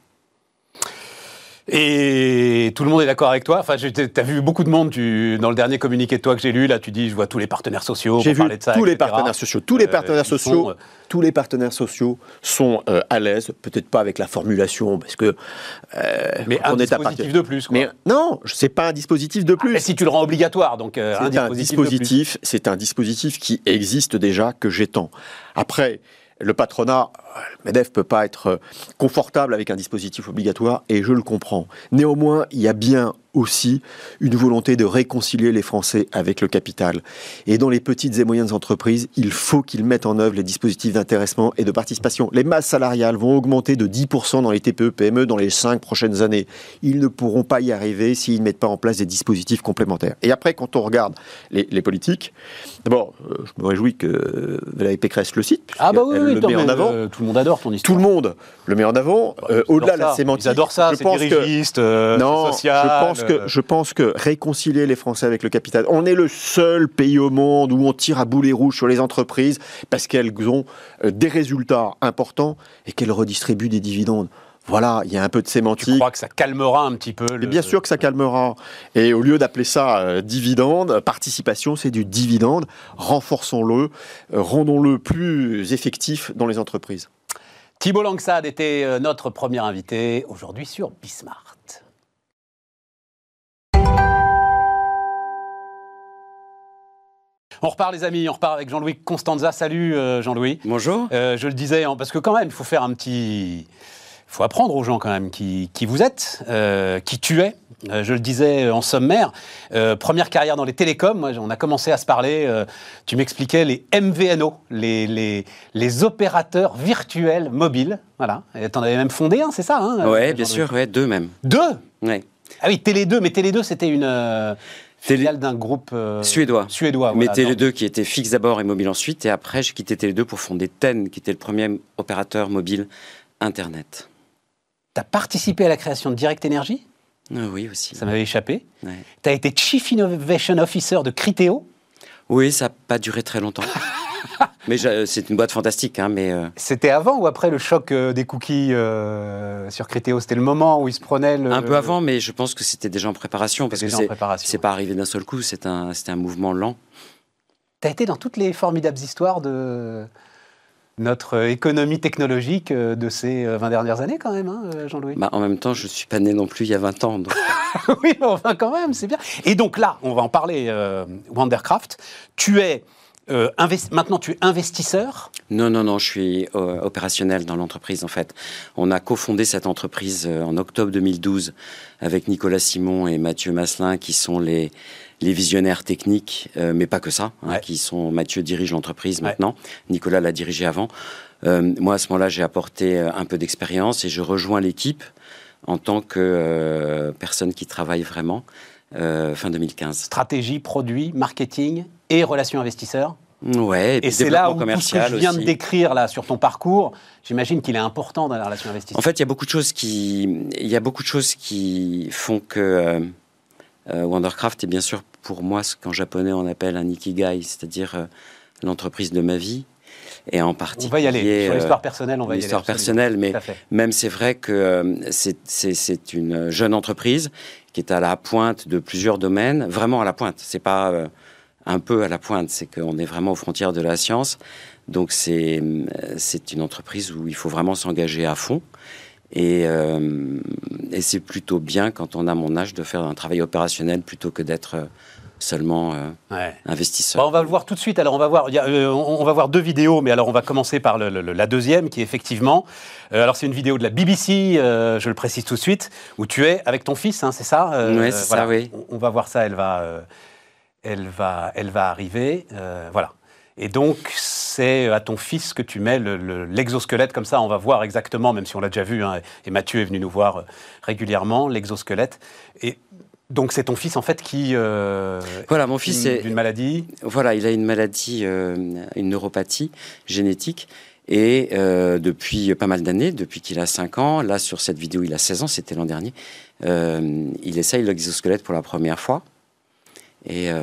Speaker 1: Et tout le monde est d'accord avec toi. Enfin, tu as vu beaucoup de monde dans le dernier communiqué de toi que j'ai lu. Là, tu dis, je vois tous les partenaires sociaux.
Speaker 2: J'ai vu
Speaker 1: parler de ça,
Speaker 2: tous les
Speaker 1: etc.
Speaker 2: partenaires sociaux. Tous les partenaires sociaux sont à l'aise. Peut-être pas avec la formulation, parce que
Speaker 1: mais un dispositif de plus. Quoi.
Speaker 2: Mais non, c'est pas un dispositif de plus.
Speaker 1: Mais si tu le rends obligatoire, donc
Speaker 2: c'est un dispositif qui existe déjà que j'étends. Après. Le patronat, le MEDEF ne peut pas être confortable avec un dispositif obligatoire, et je le comprends. Néanmoins, il y a bien aussi une volonté de réconcilier les Français avec le capital. Et dans les petites et moyennes entreprises, il faut qu'ils mettent en œuvre les dispositifs d'intéressement et de participation. Les masses salariales vont augmenter de 10% dans les TPE-PME dans les 5 prochaines années. Ils ne pourront pas y arriver s'ils ne mettent pas en place des dispositifs complémentaires. Et après, quand on regarde les politiques, d'abord, je me réjouis que Valérie Pécresse le cite,
Speaker 1: elle le met en avant.
Speaker 2: Tout le monde adore ton histoire. Tout le monde le met en avant. Au-delà de la sémantique,
Speaker 1: ils adorent ça, c'est dirigiste, c'est social.
Speaker 2: Je pense que réconcilier les Français avec le capital, on est le seul pays au monde où on tire à boulet rouge sur les entreprises parce qu'elles ont des résultats importants et qu'elles redistribuent des dividendes. Voilà, il y a un peu de sémantique.
Speaker 1: Tu crois que ça calmera un petit peu
Speaker 2: Mais bien sûr que ça calmera. Et au lieu d'appeler ça dividende, participation, c'est du dividende. Renforçons-le, rendons-le plus effectif dans les entreprises.
Speaker 1: Thibault Langsade était notre premier invité aujourd'hui sur Bismart. On repart les amis, on repart avec Jean-Louis Constanza. Salut Jean-Louis.
Speaker 3: Bonjour.
Speaker 1: Je le disais, parce que quand même, il faut faire il faut apprendre aux gens quand même qui vous êtes, qui tu es. Je le disais en sommaire, première carrière dans les télécoms. Moi, on a commencé à se parler. Tu m'expliquais les MVNO, les opérateurs virtuels mobiles. Voilà. Tu en avais même fondé un, c'est ça
Speaker 3: Oui, bien sûr, ouais, 2 même.
Speaker 1: 2
Speaker 3: Ouais.
Speaker 1: Ah oui, Télé2, mais Télé2, c'était une filiale d'un groupe
Speaker 3: suédois.
Speaker 1: Mais
Speaker 3: voilà, Télé2 qui était fixe d'abord et mobile ensuite. Et après, j'ai quitté Télé2 pour fonder TEN, qui était le premier opérateur mobile Internet.
Speaker 1: Tu as participé à la création de Direct Energy ?
Speaker 3: Oui, aussi.
Speaker 1: Ça m'avait échappé.
Speaker 3: Ouais.
Speaker 1: Tu as été Chief Innovation Officer de Criteo.
Speaker 3: Oui, ça n'a pas duré très longtemps. Mais c'est une boîte fantastique. Mais
Speaker 1: C'était avant ou après le choc des cookies sur Criteo ? C'était le moment où ils se prenaient
Speaker 3: un peu avant, mais je pense que c'était déjà en préparation. Parce que c'est pas arrivé d'un seul coup, c'était un mouvement lent.
Speaker 1: Tu as été dans toutes les formidables histoires de notre économie technologique de ces 20 dernières années quand même, Jean-Louis.
Speaker 3: En même temps, je ne suis pas né non plus il y a 20 ans. Donc...
Speaker 1: Oui, mais enfin quand même, c'est bien. Et donc là, on va en parler, Wondercraft. Tu es maintenant, tu es investisseur ?
Speaker 3: Non, je suis opérationnel dans l'entreprise en fait. On a cofondé cette entreprise en octobre 2012 avec Nicolas Simon et Mathieu Masselin qui sont les visionnaires techniques, mais pas que ça, qui sont... Mathieu dirige l'entreprise maintenant, Nicolas l'a dirigé avant. Moi, à ce moment-là, j'ai apporté un peu d'expérience et je rejoins l'équipe en tant que personne qui travaille vraiment fin 2015.
Speaker 1: Stratégie, produit, marketing et relations investisseurs ?
Speaker 3: Ouais, et puis
Speaker 1: c'est là où tout ce que je viens
Speaker 3: aussi.
Speaker 1: de décrire là, sur ton parcours, j'imagine qu'il est important dans la relation investisseur.
Speaker 3: En fait, il y a beaucoup de choses qui font que Wondercraft est bien sûr pour moi ce qu'en japonais on appelle un ikigai, c'est-à-dire l'entreprise de ma vie. Et en particulier,
Speaker 1: on va y aller sur l'histoire personnelle,
Speaker 3: l'histoire personnelle, mais même c'est vrai que c'est une jeune entreprise qui est à la pointe de plusieurs domaines, vraiment à la pointe. C'est pas un peu à la pointe, c'est qu'on est vraiment aux frontières de la science. Donc c'est une entreprise où il faut vraiment s'engager à fond. Et c'est plutôt bien quand on a mon âge de faire un travail opérationnel plutôt que d'être seulement investisseur.
Speaker 1: On va le voir tout de suite. Alors on va voir 2 vidéos, mais alors on va commencer par la deuxième qui est effectivement. Alors c'est une vidéo de la BBC, je le précise tout de suite, où tu es avec ton fils, c'est ça ?
Speaker 3: Oui, c'est ça, oui.
Speaker 1: On va voir ça. Elle va arriver, voilà. Et donc, c'est à ton fils que tu mets l'exosquelette, comme ça, on va voir exactement, même si on l'a déjà vu, et Mathieu est venu nous voir régulièrement, l'exosquelette. Et donc, c'est ton fils, en fait, qui...
Speaker 3: voilà, mon fils est...
Speaker 1: d'une maladie.
Speaker 3: Voilà, il a une maladie, une neuropathie génétique, et depuis pas mal d'années, depuis qu'il a 5 ans, là, sur cette vidéo, il a 16 ans, c'était l'an dernier, il essaye l'exosquelette pour la première fois. Et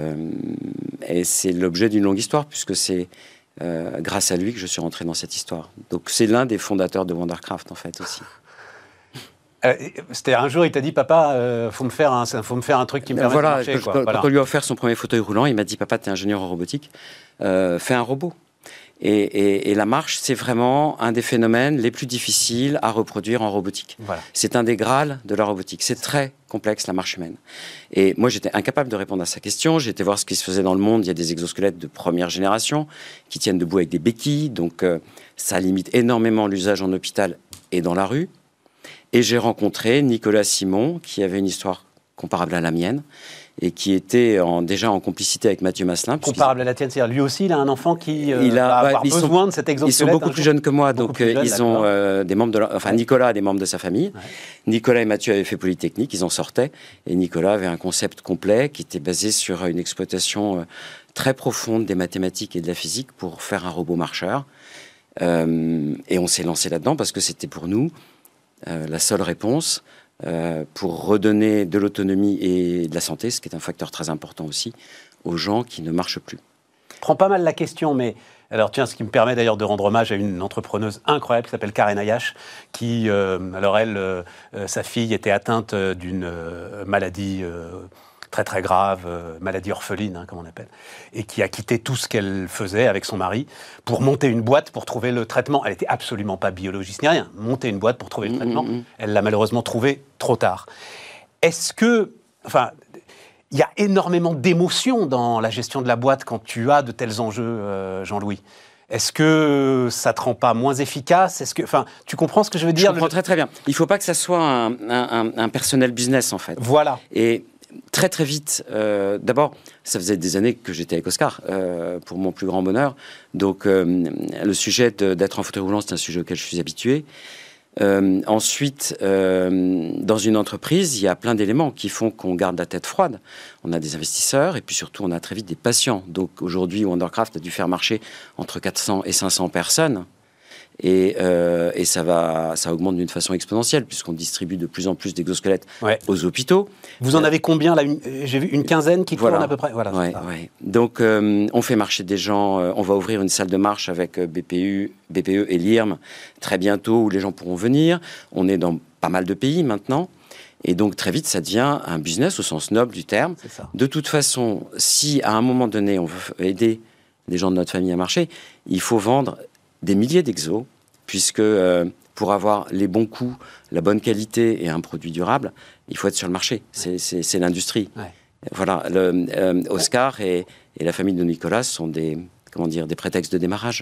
Speaker 3: c'est l'objet d'une longue histoire, puisque c'est grâce à lui que je suis rentré dans cette histoire. Donc c'est l'un des fondateurs de Wondercraft, en fait, aussi.
Speaker 1: C'était un jour, il t'a dit, papa, faut me faire un truc qui me permet de marcher.
Speaker 3: Quand on lui a offert son premier fauteuil roulant, il m'a dit, papa, t'es ingénieur en robotique, fais un robot. Et la marche, c'est vraiment un des phénomènes les plus difficiles à reproduire en robotique. Voilà. C'est un des grâles de la robotique. C'est très complexe, la marche humaine. Et moi, j'étais incapable de répondre à sa question. J'ai été voir ce qui se faisait dans le monde. Il y a des exosquelettes de première génération qui tiennent debout avec des béquilles. Donc, ça limite énormément l'usage en hôpital et dans la rue. Et j'ai rencontré Nicolas Simon, qui avait une histoire comparable à la mienne, et qui était déjà en complicité avec Mathieu Masselin.
Speaker 1: Comparable à la tienne, c'est-à-dire lui aussi, il a un enfant qui va avoir besoin de cet exosquelette.
Speaker 3: Ils sont beaucoup plus jeunes que moi, donc ils ont des membres de Nicolas a des membres de sa famille. Ouais. Nicolas et Mathieu avaient fait Polytechnique, ils en sortaient, et Nicolas avait un concept complet qui était basé sur une exploitation très profonde des mathématiques et de la physique pour faire un robot marcheur. Et on s'est lancé là-dedans parce que c'était pour nous la seule réponse pour redonner de l'autonomie et de la santé, ce qui est un facteur très important aussi, aux gens qui ne marchent plus.
Speaker 1: Je prends pas mal la question, mais Alors tiens, ce qui me permet d'ailleurs de rendre hommage à une entrepreneuse incroyable qui s'appelle Karen Ayash, qui, sa fille était atteinte d'une maladie très très grave, maladie orpheline, comme on appelle, et qui a quitté tout ce qu'elle faisait avec son mari pour monter une boîte pour trouver le traitement. Elle n'était absolument pas biologiste ni rien. Monter une boîte pour trouver le traitement. Elle l'a malheureusement trouvé trop tard. Est-ce que... Enfin, il y a énormément d'émotions dans la gestion de la boîte quand tu as de tels enjeux, Jean-Louis. Est-ce que ça ne te rend pas moins efficace ? Enfin, tu comprends ce que je veux dire ?
Speaker 3: Je comprends très très bien. Il ne faut pas que ça soit un personnel business, en fait.
Speaker 1: Voilà.
Speaker 3: Et très très vite, d'abord, ça faisait des années que j'étais avec Oscar, pour mon plus grand bonheur. Donc, le sujet d'être en fauteuil roulant, c'est un sujet auquel je suis habitué. Ensuite, dans une entreprise, il y a plein d'éléments qui font qu'on garde la tête froide. On a des investisseurs et puis surtout, on a très vite des patients. Donc aujourd'hui, Wondercraft a dû faire marcher entre 400 et 500 personnes. Et ça augmente d'une façon exponentielle puisqu'on distribue de plus en plus d'exosquelettes aux hôpitaux.
Speaker 1: Vous en avez combien là ? J'ai vu une quinzaine qui tourne à peu près. Voilà.
Speaker 3: Ouais. Donc on fait marcher des gens. On va ouvrir une salle de marche avec BPE et l'IRM très bientôt où les gens pourront venir. On est dans pas mal de pays maintenant. Et donc très vite ça devient un business au sens noble du terme. De toute façon, si à un moment donné on veut aider les gens de notre famille à marcher, il faut vendre des milliers d'exos, puisque pour avoir les bons coûts, la bonne qualité et un produit durable, il faut être sur le marché. C'est l'industrie. Ouais. Voilà, Oscar et la famille de Nicolas sont des prétextes de démarrage.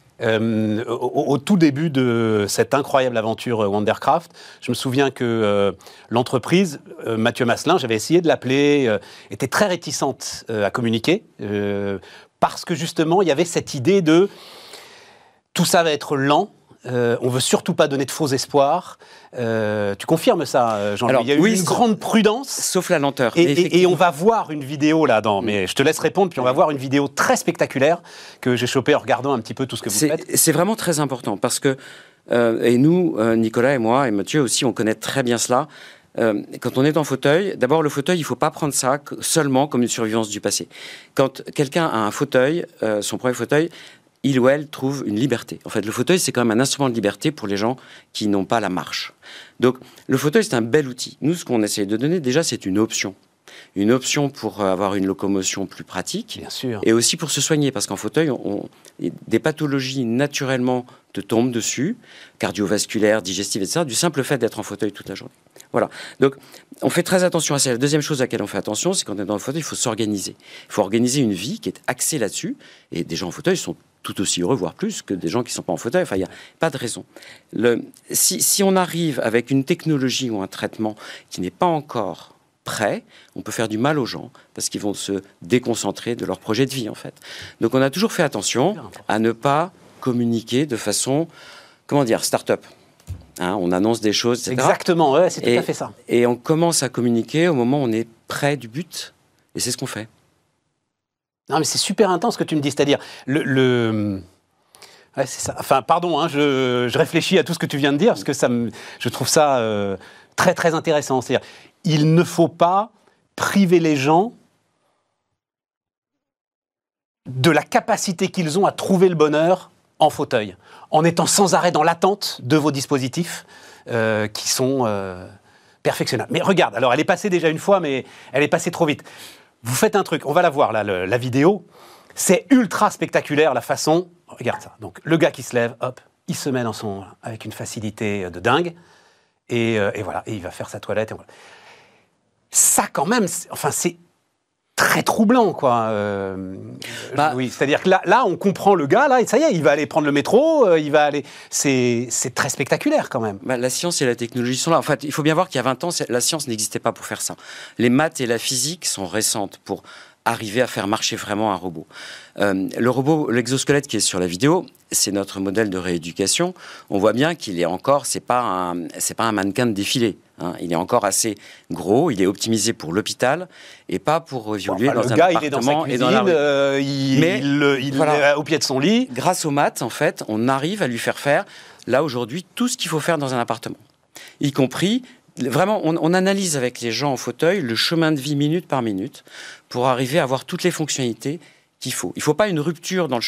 Speaker 1: Au tout début de cette incroyable aventure Wondercraft, je me souviens que l'entreprise, Mathieu Masselin, j'avais essayé de l'appeler, était très réticente à communiquer, parce que justement, il y avait cette idée de tout ça va être lent, on ne veut surtout pas donner de faux espoirs. Tu confirmes ça, Jean-Louis ? Il y a eu une grande prudence.
Speaker 3: Sauf la lenteur.
Speaker 1: Et on va voir une vidéo là, mais je te laisse répondre, puis on va voir une vidéo très spectaculaire que j'ai chopée en regardant un petit peu tout ce que vous faites.
Speaker 3: C'est vraiment très important parce que, et nous, Nicolas et moi, et Mathieu aussi, on connaît très bien cela. Quand on est en fauteuil, d'abord le fauteuil, il ne faut pas prendre ça seulement comme une survivance du passé. Quand quelqu'un a un fauteuil, son premier fauteuil, il ou elle trouve une liberté. En fait, le fauteuil, c'est quand même un instrument de liberté pour les gens qui n'ont pas la marche. Donc, le fauteuil, c'est un bel outil. Nous, ce qu'on essaie de donner, déjà, c'est une option. Une option pour avoir une locomotion plus pratique.
Speaker 1: Bien sûr.
Speaker 3: Et aussi pour se soigner, parce qu'en fauteuil, des pathologies naturellement te tombent dessus, cardiovasculaires, digestives, etc., du simple fait d'être en fauteuil toute la journée. Voilà. Donc, on fait très attention à ça. La deuxième chose à laquelle on fait attention, c'est quand on est dans le fauteuil, il faut s'organiser. Il faut organiser une vie qui est axée là-dessus. Et des gens en fauteuil sont tout aussi heureux, voire plus, que des gens qui ne sont pas en fauteuil. Enfin, il n'y a pas de raison. Si on arrive avec une technologie ou un traitement qui n'est pas encore prêt, on peut faire du mal aux gens parce qu'ils vont se déconcentrer de leur projet de vie, en fait. Donc, on a toujours fait attention à ne pas communiquer de façon, start-up. On annonce des choses, etc.
Speaker 1: Exactement, ouais, c'est tout à fait ça.
Speaker 3: Et on commence à communiquer au moment où on est près du but. Et c'est ce qu'on fait.
Speaker 1: Non, mais c'est super intense ce que tu me dis. C'est-à-dire, ouais, c'est ça. Enfin, pardon, je réfléchis à tout ce que tu viens de dire, parce que je trouve ça très, très intéressant. C'est-à-dire, il ne faut pas priver les gens de la capacité qu'ils ont à trouver le bonheur en fauteuil, en étant sans arrêt dans l'attente de vos dispositifs qui sont perfectionnables. Mais regarde, alors elle est passée déjà une fois, mais elle est passée trop vite. Vous faites un truc, on va la voir là, la vidéo. C'est ultra spectaculaire la façon. Regarde ça. Donc le gars qui se lève, hop, il se met avec une facilité de dingue, et voilà, et il va faire sa toilette. Et voilà. Ça quand même, c'est très troublant, quoi. Oui, c'est-à-dire que là, on comprend le gars, là, et ça y est, il va aller prendre le métro, il va aller. C'est très spectaculaire, quand même.
Speaker 3: La science et la technologie sont là. En fait, il faut bien voir qu'il y a 20 ans, la science n'existait pas pour faire ça. Les maths et la physique sont récentes pour arriver à faire marcher vraiment un robot. Le robot, l'exosquelette qui est sur la vidéo, c'est notre modèle de rééducation. On voit bien qu'il est encore, c'est pas un mannequin de défilé. Il est encore assez gros, il est optimisé pour l'hôpital et pas pour évoluer dans un appartement.
Speaker 1: Le gars, il est dans sa cuisine, il est au pied de son lit.
Speaker 3: Grâce aux maths, en fait, on arrive à lui faire, là, aujourd'hui, tout ce qu'il faut faire dans un appartement. Y compris, vraiment, on analyse avec les gens en fauteuil le chemin de vie minute par minute pour arriver à avoir toutes les fonctionnalités qu'il faut. Il ne faut pas une rupture dans le chemin.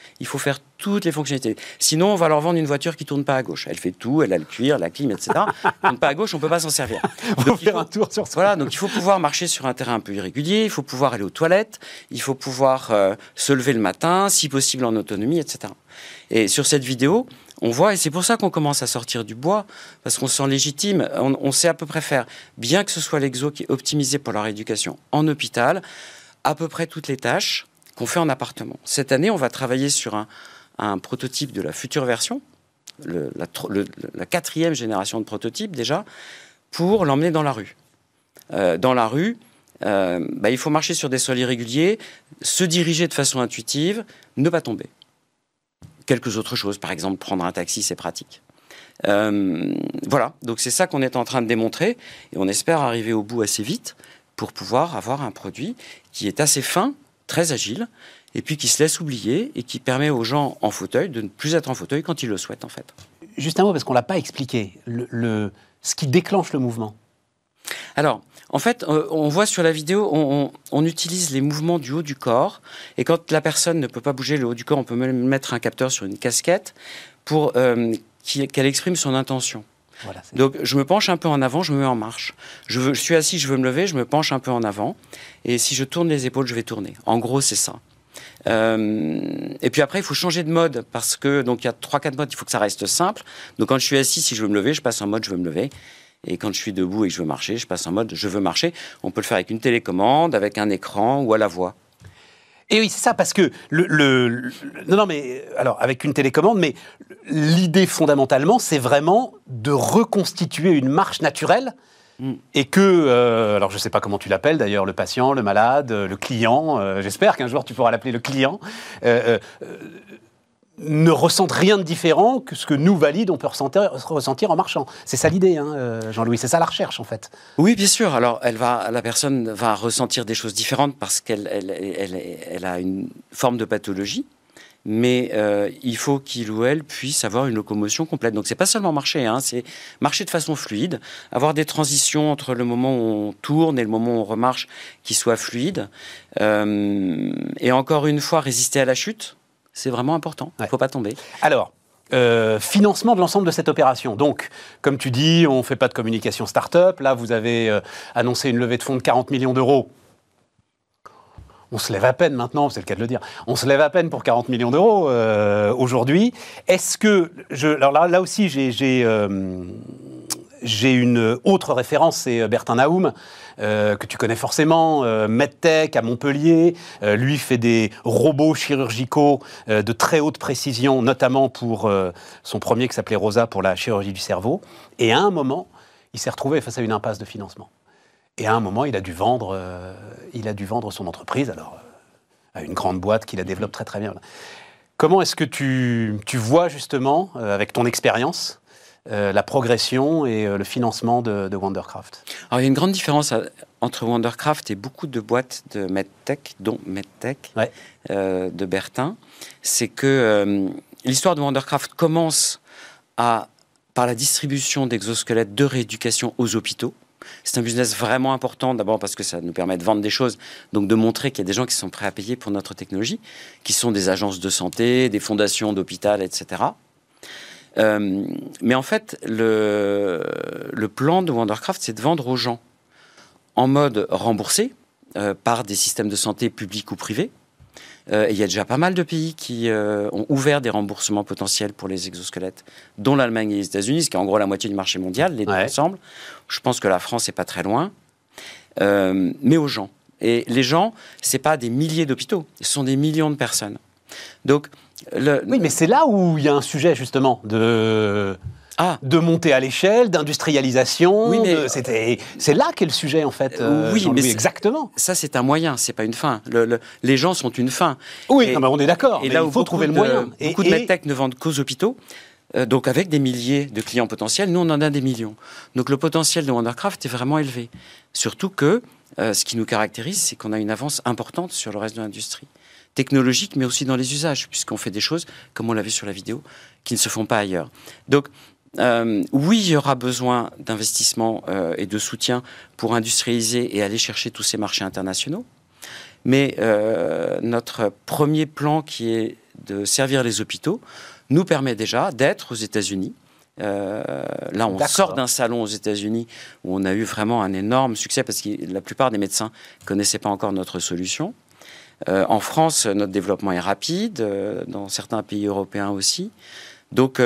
Speaker 3: il faut faire toutes les fonctionnalités. Sinon, on va leur vendre une voiture qui ne tourne pas à gauche. Elle fait tout, elle a le cuir, la clim, etc. Elle ne tourne pas à gauche, on ne peut pas s'en servir.
Speaker 1: Donc, faire un tour sur ça.
Speaker 3: Voilà, donc il faut pouvoir marcher sur un terrain un peu irrégulier, il faut pouvoir aller aux toilettes, il faut pouvoir se lever le matin, si possible en autonomie, etc. Et sur cette vidéo, on voit, et c'est pour ça qu'on commence à sortir du bois, parce qu'on se sent légitime, on sait à peu près faire, bien que ce soit l'exo qui est optimisé pour leur éducation en hôpital, à peu près toutes les tâches qu'on fait en appartement. Cette année, on va travailler sur un prototype de la future version, la 4e génération de prototype déjà, pour l'emmener dans la rue. Dans la rue, il faut marcher sur des sols irréguliers, se diriger de façon intuitive, ne pas tomber. Quelques autres choses, par exemple, prendre un taxi, c'est pratique. Voilà, donc c'est ça qu'on est en train de démontrer, et on espère arriver au bout assez vite pour pouvoir avoir un produit qui est assez fin, très agile, et puis qui se laisse oublier et qui permet aux gens en fauteuil de ne plus être en fauteuil quand ils le souhaitent, en fait.
Speaker 1: Juste un mot, parce qu'on ne l'a pas expliqué, ce qui déclenche le mouvement.
Speaker 3: Alors, en fait, on voit sur la vidéo, on utilise les mouvements du haut du corps, et quand la personne ne peut pas bouger le haut du corps, on peut même mettre un capteur sur une casquette pour qu'elle exprime son intention. Voilà, donc, je me penche un peu en avant, je me mets en marche. Je suis assis, je veux me lever, je me penche un peu en avant, et si je tourne les épaules, je vais tourner. En gros, c'est ça. Et puis après, il faut changer de mode, parce que donc il y a 3-4 modes, il faut que ça reste simple. Donc quand je suis assis, si je veux me lever, je passe en mode je veux me lever. Et quand je suis debout et que je veux marcher, je passe en mode je veux marcher. On peut le faire avec une télécommande, avec un écran ou à la voix.
Speaker 1: Et oui, c'est ça, parce que non, mais alors avec une télécommande, mais l'idée fondamentalement, c'est vraiment de reconstituer une marche naturelle. Et que, alors je ne sais pas comment tu l'appelles d'ailleurs, le patient, le malade, le client, j'espère qu'un jour tu pourras l'appeler le client, ne ressentent rien de différent que ce que nous, valides, on peut ressentir en marchant. C'est ça l'idée, hein, Jean-Louis, c'est ça la recherche en fait.
Speaker 3: Oui, bien sûr. Alors la personne va ressentir des choses différentes parce qu'elle a une forme de pathologie. Mais il faut qu'il ou elle puisse avoir une locomotion complète. Donc, c'est pas seulement marcher, hein, c'est marcher de façon fluide, avoir des transitions entre le moment où on tourne et le moment où on remarche qui soient fluides. Et encore une fois, résister à la chute, c'est vraiment important. Il ne faut pas tomber.
Speaker 1: Alors, financement de l'ensemble de cette opération. Donc, comme tu dis, on ne fait pas de communication start-up. Là, vous avez annoncé une levée de fonds de 40 millions d'euros. On se lève à peine maintenant, c'est le cas de le dire. On se lève à peine pour 40 millions d'euros aujourd'hui. Est-ce que... alors là aussi, j'ai une autre référence, c'est Bertin Naoum, que tu connais forcément, MedTech à Montpellier. Lui fait des robots chirurgicaux de très haute précision, notamment pour son premier qui s'appelait Rosa, pour la chirurgie du cerveau. Et à un moment, il s'est retrouvé face à une impasse de financement. Et à un moment, il a dû vendre son entreprise, alors à une grande boîte qui la développe très très bien. Comment est-ce que tu vois justement, avec ton expérience, la progression et le financement de Wondercraft?
Speaker 3: Alors, il y a une grande différence entre Wondercraft et beaucoup de boîtes de MedTech, dont MedTech,
Speaker 1: ouais.
Speaker 3: De Bertin. C'est que l'histoire de Wondercraft commence par la distribution d'exosquelettes de rééducation aux hôpitaux. C'est un business vraiment important, d'abord parce que ça nous permet de vendre des choses, donc de montrer qu'il y a des gens qui sont prêts à payer pour notre technologie, qui sont des agences de santé, des fondations d'hôpital, etc. Mais en fait, le plan de Wondercraft, c'est de vendre aux gens en mode remboursé par des systèmes de santé publics ou privés. Il y a déjà pas mal de pays qui ont ouvert des remboursements potentiels pour les exosquelettes, dont l'Allemagne et les États-Unis, ce qui est en gros la moitié du marché mondial, les deux ensemble. Je pense que la France n'est pas très loin, mais aux gens. Et les gens, c'est pas des milliers d'hôpitaux, ce sont des millions de personnes. Donc,
Speaker 1: oui, mais c'est là où il y a un sujet justement de monter à l'échelle, d'industrialisation. Oui, c'est là qu'est le sujet en fait.
Speaker 3: Oui, mais
Speaker 1: exactement.
Speaker 3: Ça, c'est un moyen, c'est pas une fin. Les gens sont une fin.
Speaker 1: Oui, non, mais on est d'accord.
Speaker 3: Et là où
Speaker 1: il faut trouver le moyen.
Speaker 3: Beaucoup de MedTech ne vendent qu'aux hôpitaux. Donc avec des milliers de clients potentiels, nous on en a des millions. Donc le potentiel de Wondercraft est vraiment élevé. Surtout que ce qui nous caractérise, c'est qu'on a une avance importante sur le reste de l'industrie. Technologique, mais aussi dans les usages, puisqu'on fait des choses, comme on l'a vu sur la vidéo, qui ne se font pas ailleurs. Donc oui, il y aura besoin d'investissement et de soutien pour industrialiser et aller chercher tous ces marchés internationaux. Mais notre premier plan, qui est de servir les hôpitaux nous permet déjà d'être aux États-Unis. Là, on sort d'un salon aux États-Unis où on a eu vraiment un énorme succès parce que la plupart des médecins ne connaissaient pas encore notre solution. En France, notre développement est rapide, dans certains pays européens aussi. Donc,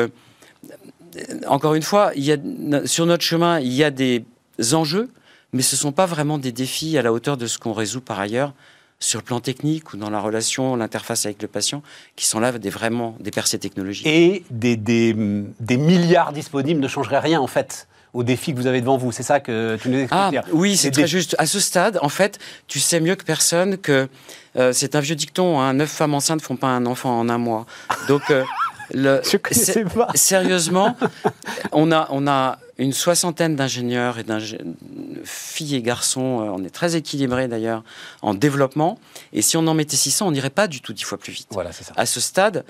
Speaker 3: encore une fois, sur notre chemin, il y a des enjeux, mais ce ne sont pas vraiment des défis à la hauteur de ce qu'on résout par ailleurs sur le plan technique ou dans la relation, l'interface avec le patient, qui sont là vraiment des percées technologiques.
Speaker 1: Et des milliards disponibles ne changeraient rien, en fait, aux défis que vous avez devant vous. C'est ça que tu nous expliques.
Speaker 3: Oui, c'est très juste. À ce stade, en fait, tu sais mieux que personne que c'est un vieux dicton, hein, 9 femmes enceintes ne font pas un enfant en un mois. Donc,
Speaker 1: je connaissais pas.
Speaker 3: Sérieusement, on a une soixantaine d'ingénieurs et filles et garçons, on est très équilibrés d'ailleurs, en développement. Et si on en mettait 600, on n'irait pas du tout 10 fois plus vite.
Speaker 1: Voilà, c'est ça.
Speaker 3: À ce stade,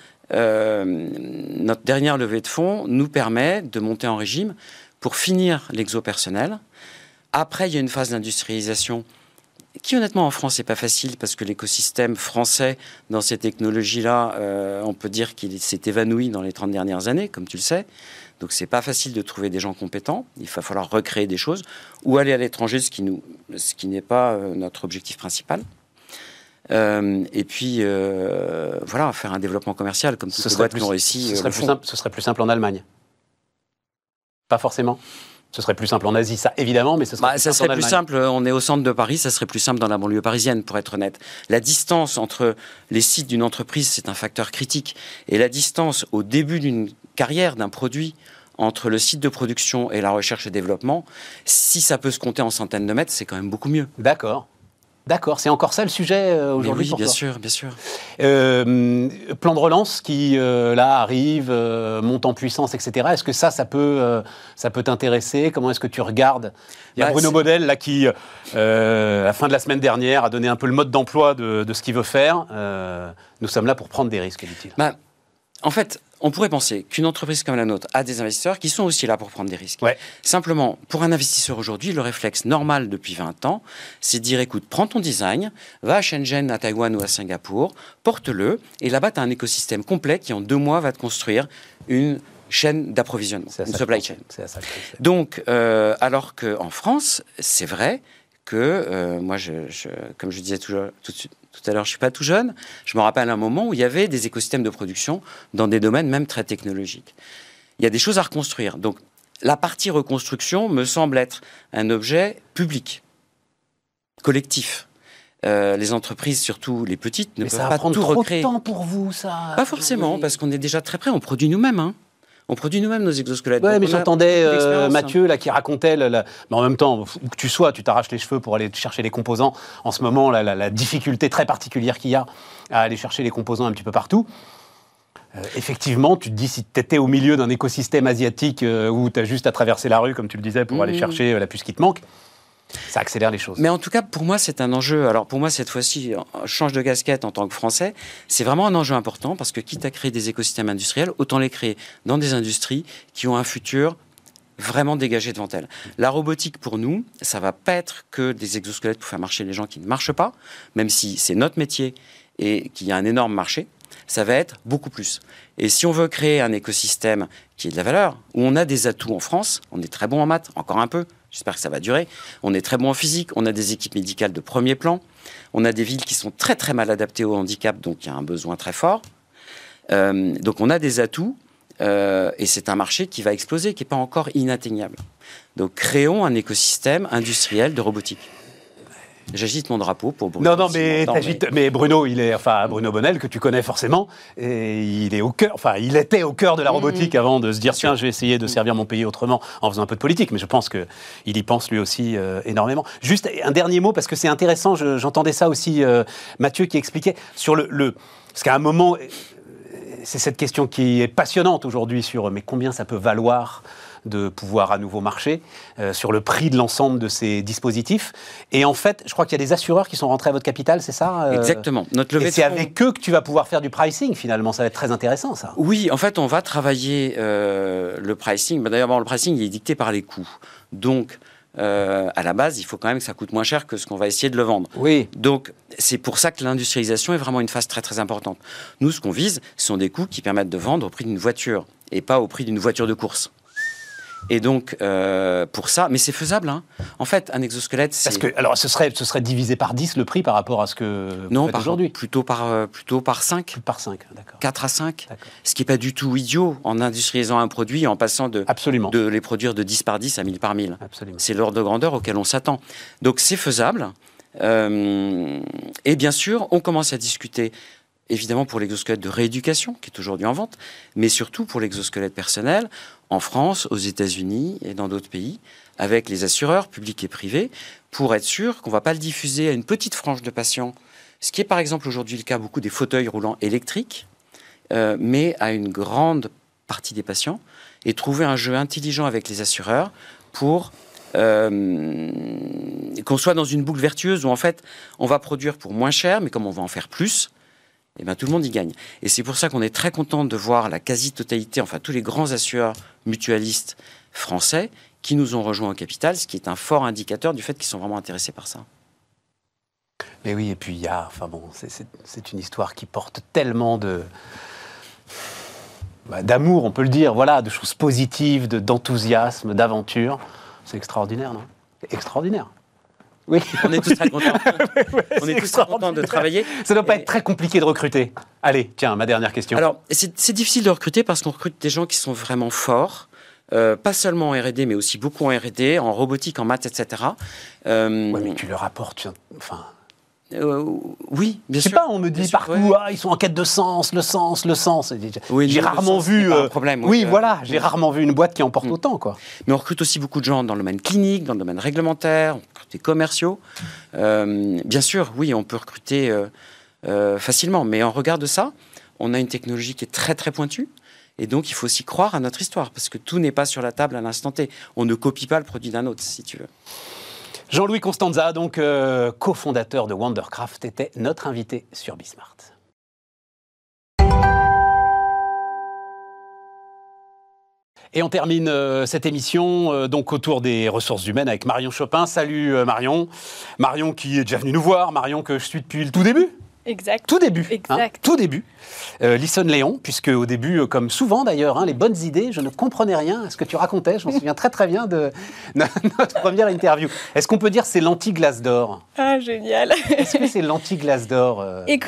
Speaker 3: notre dernière levée de fonds nous permet de monter en régime pour finir l'exo-personnel. Après, il y a une phase d'industrialisation qui, honnêtement, en France, n'est pas facile parce que l'écosystème français, dans ces technologies-là, on peut dire qu'il s'est évanoui dans les 30 dernières années, comme tu le sais. Donc, c'est pas facile de trouver des gens compétents. Il va falloir recréer des choses ou aller à l'étranger, ce qui n'est pas notre objectif principal. Et puis, voilà, faire un développement commercial comme toutes les boîtes qui ont réussi.
Speaker 1: Ce serait plus simple en Allemagne. Pas forcément. Ce serait plus simple en Asie, ça évidemment, mais ce serait plus simple en Allemagne.
Speaker 3: Simple. On est au centre de Paris, ça serait plus simple dans la banlieue parisienne, pour être honnête. La distance entre les sites d'une entreprise, c'est un facteur critique. Et la distance au début d'une carrière, d'un produit, entre le site de production et la recherche et développement, si ça peut se compter en centaines de mètres, c'est quand même beaucoup mieux.
Speaker 1: D'accord, c'est encore ça le sujet aujourd'hui pour
Speaker 3: toi.
Speaker 1: Oui,
Speaker 3: bien sûr.
Speaker 1: Plan de relance qui, là, arrive, monte en puissance, etc. Est-ce que ça peut t'intéresser? Comment est-ce que tu regardes? Il y a Bruno Bonnell, là, qui, à la fin de la semaine dernière, a donné un peu le mode d'emploi de ce qu'il veut faire. Nous sommes là pour prendre des risques, dit-il.
Speaker 3: En fait, on pourrait penser qu'une entreprise comme la nôtre a des investisseurs qui sont aussi là pour prendre des risques.
Speaker 1: Ouais.
Speaker 3: Simplement, pour un investisseur aujourd'hui, le réflexe normal depuis 20 ans, c'est de dire, écoute, prends ton design, va à Shenzhen, à Taïwan ou à Singapour, porte-le, et là-bas, tu as un écosystème complet qui, en 2 mois, va te construire une chaîne d'approvisionnement, une supply chain.
Speaker 1: C'est ça que je sais.
Speaker 3: Donc, alors qu'en France, c'est vrai que moi, comme je disais tout à l'heure, je ne suis pas tout jeune. Je me rappelle un moment où il y avait des écosystèmes de production dans des domaines même très technologiques. Il y a des choses à reconstruire. Donc, la partie reconstruction me semble être un objet public, collectif. Les entreprises, surtout les petites, ne peuvent pas tout recréer.
Speaker 1: Mais ça va prendre trop de temps pour vous, ça?
Speaker 3: Pas forcément, parce qu'on est déjà très près. On produit nous-mêmes, On produit nous-mêmes nos exosquelettes.
Speaker 1: Oui, mais j'entendais Mathieu là, qui racontait, mais en même temps, où que tu sois, tu t'arraches les cheveux pour aller chercher les composants. En ce moment, la difficulté très particulière qu'il y a à aller chercher les composants un petit peu partout. Effectivement, tu te dis, si tu étais au milieu d'un écosystème asiatique où tu as juste à traverser la rue, comme tu le disais, pour aller chercher la puce qui te manque, ça accélère les choses.
Speaker 3: Mais en tout cas, pour moi, c'est un enjeu. Alors, pour moi, cette fois-ci, je change de casquette en tant que Français. C'est vraiment un enjeu important parce que quitte à créer des écosystèmes industriels, autant les créer dans des industries qui ont un futur vraiment dégagé devant elles. La robotique, pour nous, ça va pas être que des exosquelettes pour faire marcher les gens qui ne marchent pas, même si c'est notre métier et qu'il y a un énorme marché. Ça va être beaucoup plus. Et si on veut créer un écosystème qui ait de la valeur, où on a des atouts en France, on est très bon en maths, encore un peu, j'espère que ça va durer, on est très bon en physique, on a des équipes médicales de premier plan, on a des villes qui sont très très mal adaptées au handicap, donc il y a un besoin très fort. Donc on a des atouts, et c'est un marché qui va exploser, qui n'est pas encore inatteignable. Donc créons un écosystème industriel de robotique. J'agite mon drapeau pour Bruno.
Speaker 1: Non, mais Bruno, Bruno Bonnell, que tu connais forcément, et il était au cœur de la robotique avant de se dire, tiens, je vais essayer de servir mon pays autrement en faisant un peu de politique. Mais je pense qu'il y pense lui aussi énormément. Juste un dernier mot, parce que c'est intéressant, j'entendais ça aussi, Mathieu qui expliquait, sur parce qu'à un moment, c'est cette question qui est passionnante aujourd'hui sur, mais combien ça peut valoir de pouvoir à nouveau marcher, sur le prix de l'ensemble de ces dispositifs. Et en fait, je crois qu'il y a des assureurs qui sont rentrés à votre capital, c'est ça
Speaker 3: Exactement. Notre levée
Speaker 1: et c'est avec eux que tu vas pouvoir faire du pricing, finalement. Ça va être très intéressant, ça.
Speaker 3: Oui, en fait, on va travailler le pricing. D'ailleurs, le pricing, il est dicté par les coûts. Donc, à la base, il faut quand même que ça coûte moins cher que ce qu'on va essayer de le vendre.
Speaker 1: Oui.
Speaker 3: Donc, c'est pour ça que l'industrialisation est vraiment une phase très, très importante. Nous, ce qu'on vise, ce sont des coûts qui permettent de vendre au prix d'une voiture et pas au prix d'une voiture de course. Et donc, pour ça, mais c'est faisable, hein. En fait, un exosquelette, c'est...
Speaker 1: Parce que, alors, ce serait divisé par 10 le prix par rapport à ce que vous faites aujourd'hui.
Speaker 3: Plutôt par 5.
Speaker 1: Par 5, d'accord.
Speaker 3: 4 à 5.
Speaker 1: D'accord.
Speaker 3: Ce qui n'est pas du tout idiot en industrialisant un produit, en passant de les produire de 10 par 10 à 1000 par 1000.
Speaker 1: Absolument.
Speaker 3: C'est l'ordre de grandeur auquel on s'attend. Donc, c'est faisable. Et bien sûr, on commence à discuter, évidemment, pour l'exosquelette de rééducation, qui est aujourd'hui en vente, mais surtout pour l'exosquelette personnel, en France, aux États-Unis et dans d'autres pays, avec les assureurs publics et privés, pour être sûr qu'on ne va pas le diffuser à une petite frange de patients, ce qui est par exemple aujourd'hui le cas beaucoup des fauteuils roulants électriques, mais à une grande partie des patients, et trouver un jeu intelligent avec les assureurs pour qu'on soit dans une boucle vertueuse où en fait on va produire pour moins cher, mais comme on va en faire plus, eh bien, tout le monde y gagne. Et c'est pour ça qu'on est très content de voir la quasi-totalité, enfin tous les grands assureurs mutualistes français qui nous ont rejoints au capital, ce qui est un fort indicateur du fait qu'ils sont vraiment intéressés par ça.
Speaker 1: Mais oui, et puis il y a, c'est une histoire qui porte tellement d'amour, on peut le dire, voilà, de choses positives, d'enthousiasme, d'aventure. C'est extraordinaire, non? C'est extraordinaire. Oui.
Speaker 3: On est tous très contents. On est tous très contents de travailler.
Speaker 1: Ça ne doit pas être très compliqué de recruter. Allez, tiens, ma dernière question.
Speaker 3: Alors, c'est difficile de recruter parce qu'on recrute des gens qui sont vraiment forts, pas seulement en R&D, mais aussi beaucoup en R&D, en robotique, en maths, etc.
Speaker 1: Oui, mais tu leur apportes... Enfin...
Speaker 3: oui, bien sûr.
Speaker 1: Je sais pas, on me dit partout, ouais. Ils sont en quête de sens, le sens.
Speaker 3: Oui,
Speaker 1: j'ai rarement vu.
Speaker 3: Un problème,
Speaker 1: j'ai rarement vu une boîte qui en porte autant, quoi.
Speaker 3: Mais on recrute aussi beaucoup de gens dans le domaine clinique, dans le domaine réglementaire, on recrute des commerciaux. Bien sûr, oui, on peut recruter facilement, mais en regard de ça, on a une technologie qui est très très pointue. Et donc, il faut aussi croire à notre histoire, parce que tout n'est pas sur la table à l'instant T. On ne copie pas le produit d'un autre, si tu veux.
Speaker 1: Jean-Louis Constanza, donc cofondateur de Wondercraft, était notre invité sur Bismart. Et on termine cette émission donc autour des ressources humaines avec Marion Chopin. Salut Marion. Marion qui est déjà venue nous voir, Marion que je suis depuis le tout début.
Speaker 4: Exact.
Speaker 1: Tout début.
Speaker 4: Exact.
Speaker 1: Tout début. Lysonne Léon, puisque au début, comme souvent d'ailleurs, les bonnes idées, je ne comprenais rien à ce que tu racontais. Je m'en souviens très très bien de notre première interview. Est-ce qu'on peut dire c'est l'anti-glace d'or?
Speaker 4: Ah, génial.
Speaker 1: Est-ce que c'est l'anti-glace d'or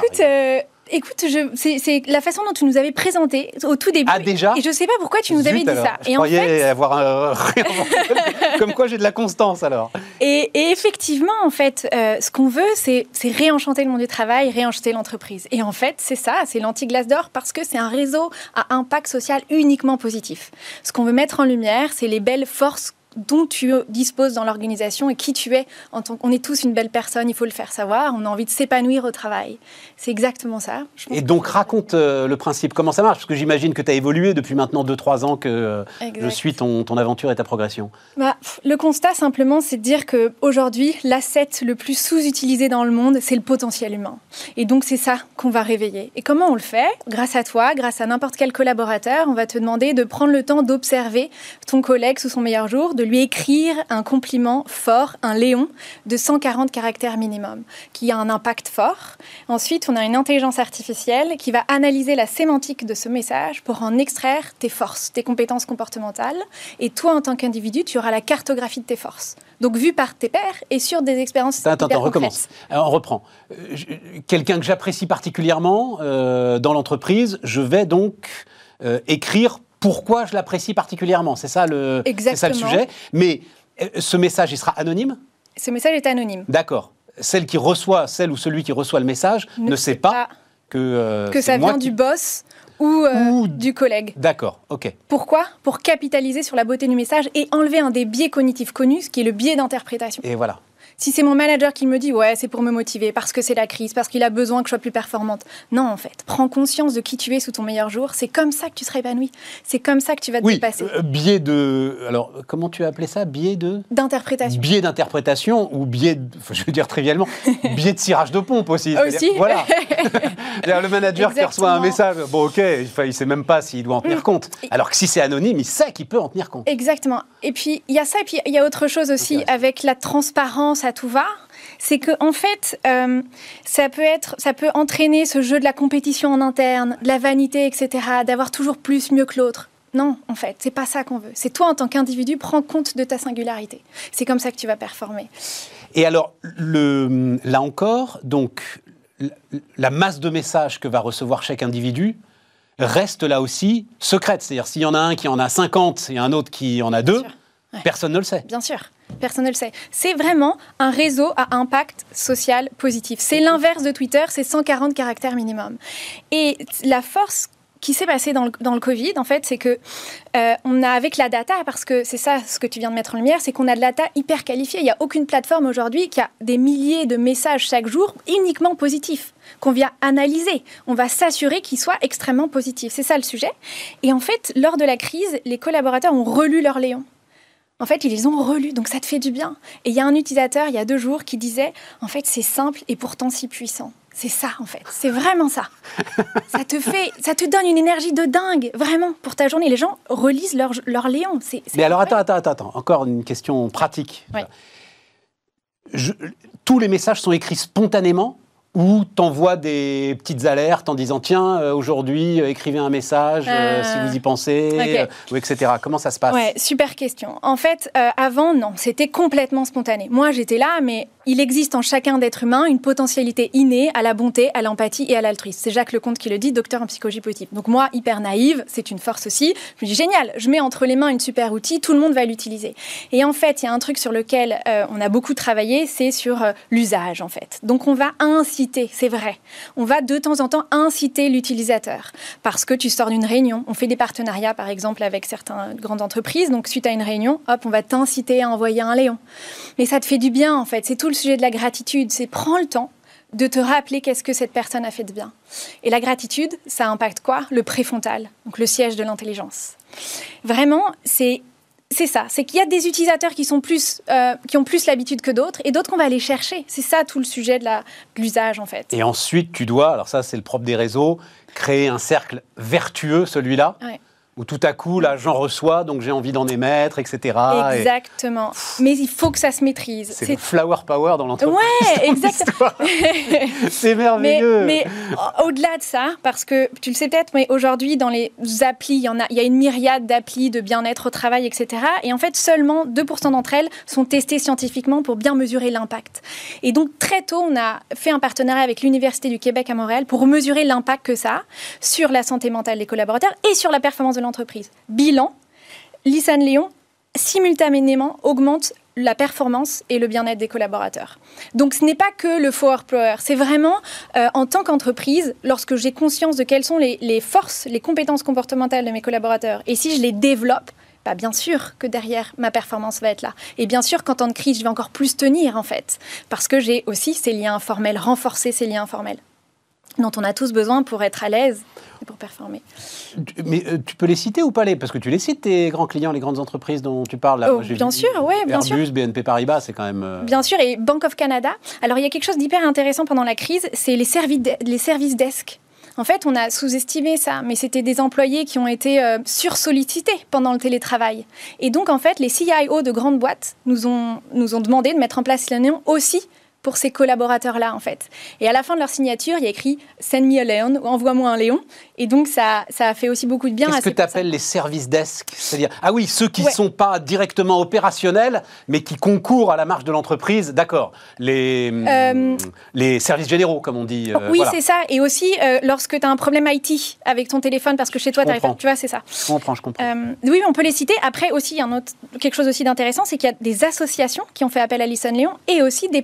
Speaker 4: Écoute, c'est la façon dont tu nous avais présenté au tout début.
Speaker 1: Ah, déjà?
Speaker 4: Et je ne sais pas pourquoi tu nous avais dit ça.
Speaker 1: Je croyais avoir comme quoi j'ai de la constance, alors.
Speaker 4: Et effectivement, en fait, ce qu'on veut, c'est réenchanter le monde du travail, réenchanter l'entreprise. Et en fait, c'est ça, c'est l'anti-glace d'or parce que c'est un réseau à impact social uniquement positif. Ce qu'on veut mettre en lumière, c'est les belles forces dont tu disposes dans l'organisation et qui tu es. On est tous une belle personne, il faut le faire savoir. On a envie de s'épanouir au travail. C'est exactement ça.
Speaker 1: Et donc, raconte le principe. Comment ça marche? Parce que j'imagine que tu as évolué depuis maintenant 2-3 ans que je suis ton aventure et ta progression.
Speaker 4: Le constat, simplement, c'est de dire qu'aujourd'hui, l'asset le plus sous-utilisé dans le monde, c'est le potentiel humain. Et donc, c'est ça qu'on va réveiller. Et comment on le fait? Grâce à toi, grâce à n'importe quel collaborateur, on va te demander de prendre le temps d'observer ton collègue sous son meilleur jour, de lui écrire un compliment fort, un léon, de 140 caractères minimum, qui a un impact fort. Ensuite, on a une intelligence artificielle qui va analyser la sémantique de ce message pour en extraire tes forces, tes compétences comportementales. Et toi, en tant qu'individu, tu auras la cartographie de tes forces. Donc, vue par tes pairs et sur des expériences hyper concrètes.
Speaker 1: Recommence. Alors, on reprend. Quelqu'un que j'apprécie particulièrement dans l'entreprise, je vais donc écrire pourquoi je l'apprécie particulièrement. C'est ça le sujet. Mais ce message, il sera anonyme?
Speaker 4: Ce message est anonyme.
Speaker 1: D'accord. Celle ou celui qui reçoit le message ne sait pas que
Speaker 4: ça vient du boss ou du collègue.
Speaker 1: D'accord, ok.
Speaker 4: Pourquoi? Pour capitaliser sur la beauté du message et enlever un des biais cognitifs connus, ce qui est le biais d'interprétation.
Speaker 1: Et voilà.
Speaker 4: Si c'est mon manager qui me dit « ouais, c'est pour me motiver, parce que c'est la crise, parce qu'il a besoin que je sois plus performante », non, en fait, prends conscience de qui tu es sous ton meilleur jour. C'est comme ça que tu seras épanoui. C'est comme ça que tu vas te dépasser.
Speaker 1: Biais de... Alors, comment tu as appelé ça? Biais de...
Speaker 4: D'interprétation.
Speaker 1: Biais d'interprétation ou biais, je veux dire trivialement, biais de cirage de pompe aussi.
Speaker 4: Aussi.
Speaker 1: Voilà. Le manager
Speaker 4: Exactement.
Speaker 1: qui reçoit un message, bon ok, il ne sait même pas s'il doit en tenir compte. Alors que si c'est anonyme, il sait qu'il peut en tenir compte.
Speaker 4: Exactement. Et puis, il y a ça, et puis il y a autre chose aussi, avec la transparence à tout va. C'est que en fait, ça peut entraîner ce jeu de la compétition en interne, de la vanité, etc., d'avoir toujours plus, mieux que l'autre. Non, en fait, c'est pas ça qu'on veut. C'est toi, en tant qu'individu, prends compte de ta singularité. C'est comme ça que tu vas performer.
Speaker 1: Et alors, là encore, donc, la masse de messages que va recevoir chaque individu reste là aussi secrète. C'est-à-dire, s'il y en a un qui en a 50 et un autre qui en a 2, personne ne le sait.
Speaker 4: Bien sûr. Personne ne le sait. C'est vraiment un réseau à impact social positif. C'est l'inverse de Twitter, c'est 140 caractères minimum. Et la force qui s'est passée dans le Covid, en fait, c'est que on a, avec la data, parce que c'est ça ce que tu viens de mettre en lumière, c'est qu'on a de la data hyper qualifiée. Il n'y a aucune plateforme aujourd'hui qui a des milliers de messages chaque jour uniquement positifs, qu'on vient analyser. On va s'assurer qu'ils soient extrêmement positifs. C'est ça le sujet. Et en fait, lors de la crise, les collaborateurs ont relu leur Léon. En fait, ils les ont relus, donc ça te fait du bien. Et il y a un utilisateur, il y a 2 jours, qui disait « En fait, c'est simple et pourtant si puissant ». C'est ça, en fait. C'est vraiment ça. Ça te donne une énergie de dingue, vraiment, pour ta journée. Les gens relisent leur Léon.
Speaker 1: Mais alors, attends. Encore une question pratique.
Speaker 4: Ouais.
Speaker 1: Tous les messages sont écrits spontanément ou t'envoies des petites alertes en disant « Tiens, aujourd'hui, écrivez un message si vous y pensez ou etc. » Comment ça se passe?
Speaker 4: Ouais, super question. En fait, avant, non, c'était complètement spontané. Moi, j'étais là, mais il existe en chacun d'être humain une potentialité innée à la bonté, à l'empathie et à l'altruisme. C'est Jacques Lecomte qui le dit, docteur en psychologie positive. Donc moi, hyper naïve, c'est une force aussi. Je me dis, génial, je mets entre les mains une super outil, tout le monde va l'utiliser. Et en fait, il y a un truc sur lequel on a beaucoup travaillé, c'est sur l'usage, en fait. Donc on va inciter, c'est vrai. On va de temps en temps inciter l'utilisateur. Parce que tu sors d'une réunion, on fait des partenariats, par exemple, avec certaines grandes entreprises. Donc suite à une réunion, hop, on va t'inciter à envoyer un Léon. Mais ça te fait du bien, en fait. C'est tout le sujet de la gratitude. C'est prends le temps de te rappeler qu'est-ce que cette personne a fait de bien. Et la gratitude, ça impacte quoi? Le préfrontal, donc le siège de l'intelligence. Vraiment, c'est ça. C'est qu'il y a des utilisateurs qui ont plus l'habitude que d'autres et d'autres qu'on va aller chercher. C'est ça tout le sujet de l'usage, en fait.
Speaker 1: Et ensuite, tu dois, alors ça c'est le propre des réseaux, créer un cercle vertueux, celui-là. Ouais. Où tout à coup, là, j'en reçois, donc j'ai envie d'en émettre, etc.
Speaker 4: Exactement. Mais il faut que ça se maîtrise.
Speaker 1: C'est le flower power dans l'entreprise.
Speaker 4: Ouais, exactement.
Speaker 1: C'est merveilleux.
Speaker 4: Mais au-delà de ça, parce que tu le sais peut-être, mais aujourd'hui, dans les applis, il y a une myriade d'applis de bien-être au travail, etc. Et en fait, seulement 2% d'entre elles sont testées scientifiquement pour bien mesurer l'impact. Et donc, très tôt, on a fait un partenariat avec l'Université du Québec à Montréal pour mesurer l'impact que ça a sur la santé mentale des collaborateurs et sur la performance de l'entreprise. Bilan, Lysane Léon simultanément augmente la performance et le bien-être des collaborateurs. Donc ce n'est pas que le forward power, c'est vraiment en tant qu'entreprise, lorsque j'ai conscience de quelles sont les forces, les compétences comportementales de mes collaborateurs, et si je les développe, bah bien sûr que derrière, ma performance va être là. Et bien sûr qu'en temps de crise, je vais encore plus tenir en fait, parce que j'ai aussi ces liens informels, renforcer ces liens informels dont on a tous besoin pour être à l'aise et pour performer.
Speaker 1: Mais tu peux les citer ou pas parce que tu les cites, tes grands clients, les grandes entreprises dont tu parles. Là.
Speaker 4: Oh, bien sûr, oui, bien sûr.
Speaker 1: Airbus, BNP Paribas, c'est quand même...
Speaker 4: Bien sûr, et Bank of Canada. Alors, il y a quelque chose d'hyper intéressant pendant la crise, c'est les services desk. En fait, on a sous-estimé ça, mais c'était des employés qui ont été sursollicités pendant le télétravail. Et donc, en fait, les CIO de grandes boîtes nous ont demandé de mettre en place l'Union aussi pour ces collaborateurs-là, en fait. Et à la fin de leur signature, il y a écrit « Send me a Léon » ou « Envoie-moi un Léon ». Et donc, ça a fait aussi beaucoup de bien.
Speaker 1: Qu'est-ce que tu appelles les services desk? C'est-à-dire, ah oui, ceux qui ne sont pas directement opérationnels, mais qui concourent à la marche de l'entreprise, d'accord. Les services généraux, comme on dit.
Speaker 4: Oui, voilà. C'est ça. Et aussi, lorsque tu as un problème IT avec ton téléphone, parce que chez toi, tu arrives pas, tu vois, c'est ça.
Speaker 1: Je comprends.
Speaker 4: Oui, on peut les citer. Après, aussi, il y a quelque chose aussi d'intéressant, c'est qu'il y a des associations qui ont fait appel à Lysane Léon et aussi des PME, des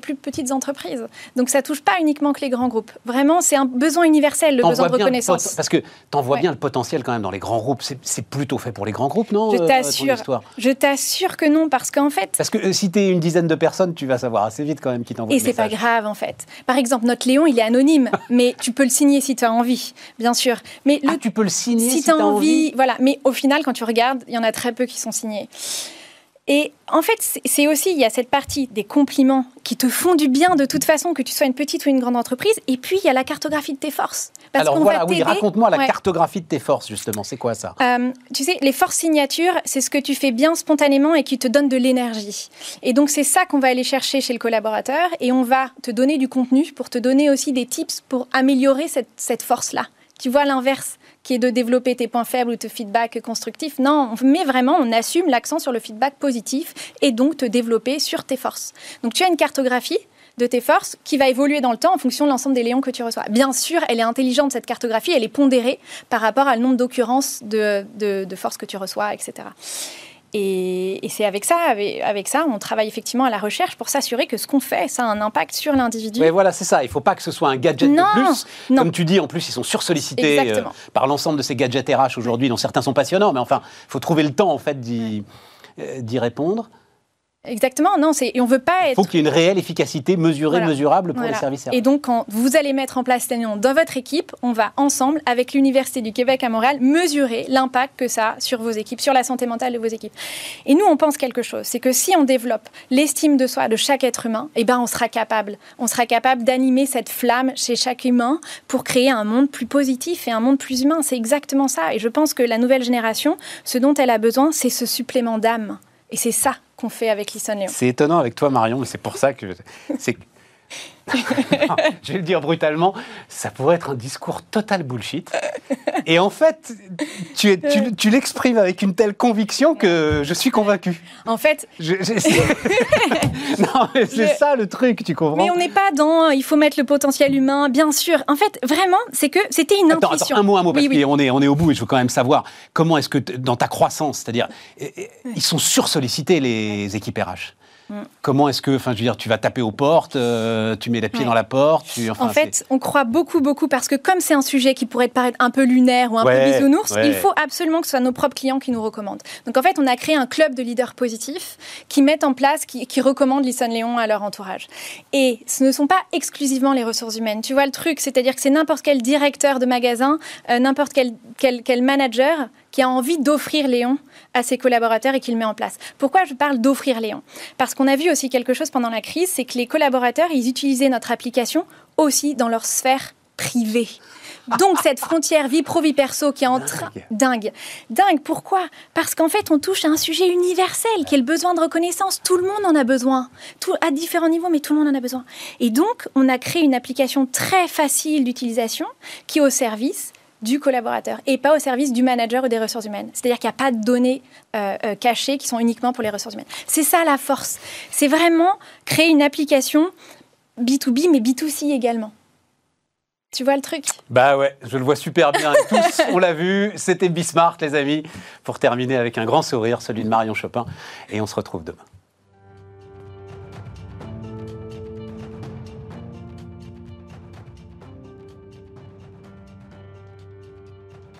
Speaker 4: plus petites entreprises. Donc ça touche pas uniquement que les grands groupes. Vraiment, c'est un besoin universel, le besoin de reconnaissance.
Speaker 1: Parce que tu en vois bien le potentiel quand même dans les grands groupes. C'est plutôt fait pour les grands groupes, non?
Speaker 4: Je t'assure que non, parce qu'en fait...
Speaker 1: Parce que si tu es une dizaine de personnes, tu vas savoir assez vite quand même qui t'envoie le message.
Speaker 4: Et c'est pas grave, en fait. Par exemple, notre Léon, il est anonyme, mais tu peux le signer si tu as envie, bien sûr. Mais
Speaker 1: tu peux le signer si
Speaker 4: tu as envie. Voilà. Mais au final, quand tu regardes, il y en a très peu qui sont signés. Et en fait, c'est aussi, il y a cette partie des compliments qui te font du bien de toute façon, que tu sois une petite ou une grande entreprise. Et puis, il y a la cartographie de tes forces.
Speaker 1: Alors voilà, oui, raconte-moi la cartographie de tes forces, justement. C'est quoi ça?
Speaker 4: Tu sais, les forces signatures, c'est ce que tu fais bien spontanément et qui te donne de l'énergie. Et donc, c'est ça qu'on va aller chercher chez le collaborateur. Et on va te donner du contenu pour te donner aussi des tips pour améliorer cette force-là. Tu vois l'inverse, qui est de développer tes points faibles ou tes feedbacks constructifs. Non, mais vraiment, on assume l'accent sur le feedback positif et donc te développer sur tes forces. Donc, tu as une cartographie de tes forces qui va évoluer dans le temps en fonction de l'ensemble des Léons que tu reçois. Bien sûr, elle est intelligente, cette cartographie, elle est pondérée par rapport à le nombre d'occurrences de forces que tu reçois, etc. Et c'est avec ça, on travaille effectivement à la recherche pour s'assurer que ce qu'on fait, ça a un impact sur l'individu.
Speaker 1: Oui, voilà, c'est ça. Il ne faut pas que ce soit un gadget de plus.
Speaker 4: Non.
Speaker 1: Comme tu dis, en plus, ils sont sursollicités par l'ensemble de ces gadgets RH aujourd'hui, dont certains sont passionnants. Mais enfin, il faut trouver le temps, en fait, d'y répondre.
Speaker 4: Exactement, non, et on veut pas être...
Speaker 1: Il faut qu'il y ait une réelle efficacité mesurée, mesurable pour les services RH.
Speaker 4: Et donc, quand vous allez mettre en place Léon dans votre équipe, on va ensemble, avec l'Université du Québec à Montréal, mesurer l'impact que ça a sur vos équipes, sur la santé mentale de vos équipes. Et nous, on pense quelque chose, c'est que si on développe l'estime de soi de chaque être humain, eh ben, on sera capable d'animer cette flamme chez chaque humain pour créer un monde plus positif et un monde plus humain. C'est exactement ça. Et je pense que la nouvelle génération, ce dont elle a besoin, c'est ce supplément d'âme. Et c'est ça qu'on fait avec Lisson-Léon.
Speaker 1: C'est étonnant avec toi, Marion, mais c'est pour ça que... Non, je vais le dire brutalement, ça pourrait être un discours total bullshit. Et en fait, tu l'exprimes avec une telle conviction que je suis convaincu.
Speaker 4: En fait...
Speaker 1: Non, mais c'est ça le truc, tu comprends?
Speaker 4: Mais on n'est pas dans il faut mettre le potentiel humain, bien sûr. En fait, vraiment, c'est que c'était une intuition.
Speaker 1: Attends, un mot, parce qu'on est au bout et je veux quand même savoir comment est-ce que, dans ta croissance, c'est-à-dire, ils sont sursollicités, les équipes RH. Comment est-ce que, enfin, je veux dire, tu vas taper aux portes, tu mets les pieds dans la porte
Speaker 4: En fait, on croit beaucoup, parce que comme c'est un sujet qui pourrait te paraître un peu lunaire ou un peu bisounours, il faut absolument que ce soit nos propres clients qui nous recommandent. Donc en fait, on a créé un club de leaders positifs qui mettent en place, qui recommandent Lisson-Léon à leur entourage. Et ce ne sont pas exclusivement les ressources humaines. Tu vois le truc, c'est-à-dire que c'est n'importe quel directeur de magasin, n'importe quel manager qui a envie d'offrir Léon à ses collaborateurs et qui le met en place. Pourquoi je parle d'offrir Léon? Parce qu'on a vu aussi quelque chose pendant la crise, c'est que les collaborateurs, ils utilisaient notre application aussi dans leur sphère privée. Donc cette frontière vie pro, vie perso qui est en train... Dingue. Pourquoi? Parce qu'en fait, on touche à un sujet universel qui est le besoin de reconnaissance. Tout le monde en a besoin. À différents niveaux, mais tout le monde en a besoin. Et donc, on a créé une application très facile d'utilisation qui est au service du collaborateur et pas au service du manager ou des ressources humaines. C'est-à-dire qu'il n'y a pas de données cachées qui sont uniquement pour les ressources humaines. C'est ça la force. C'est vraiment créer une application B2B mais B2C également. Tu vois le truc?
Speaker 1: Bah ouais, je le vois super bien. Et tous, on l'a vu, c'était Be Smart, les amis. Pour terminer avec un grand sourire, celui de Marion Chopin. Et on se retrouve demain.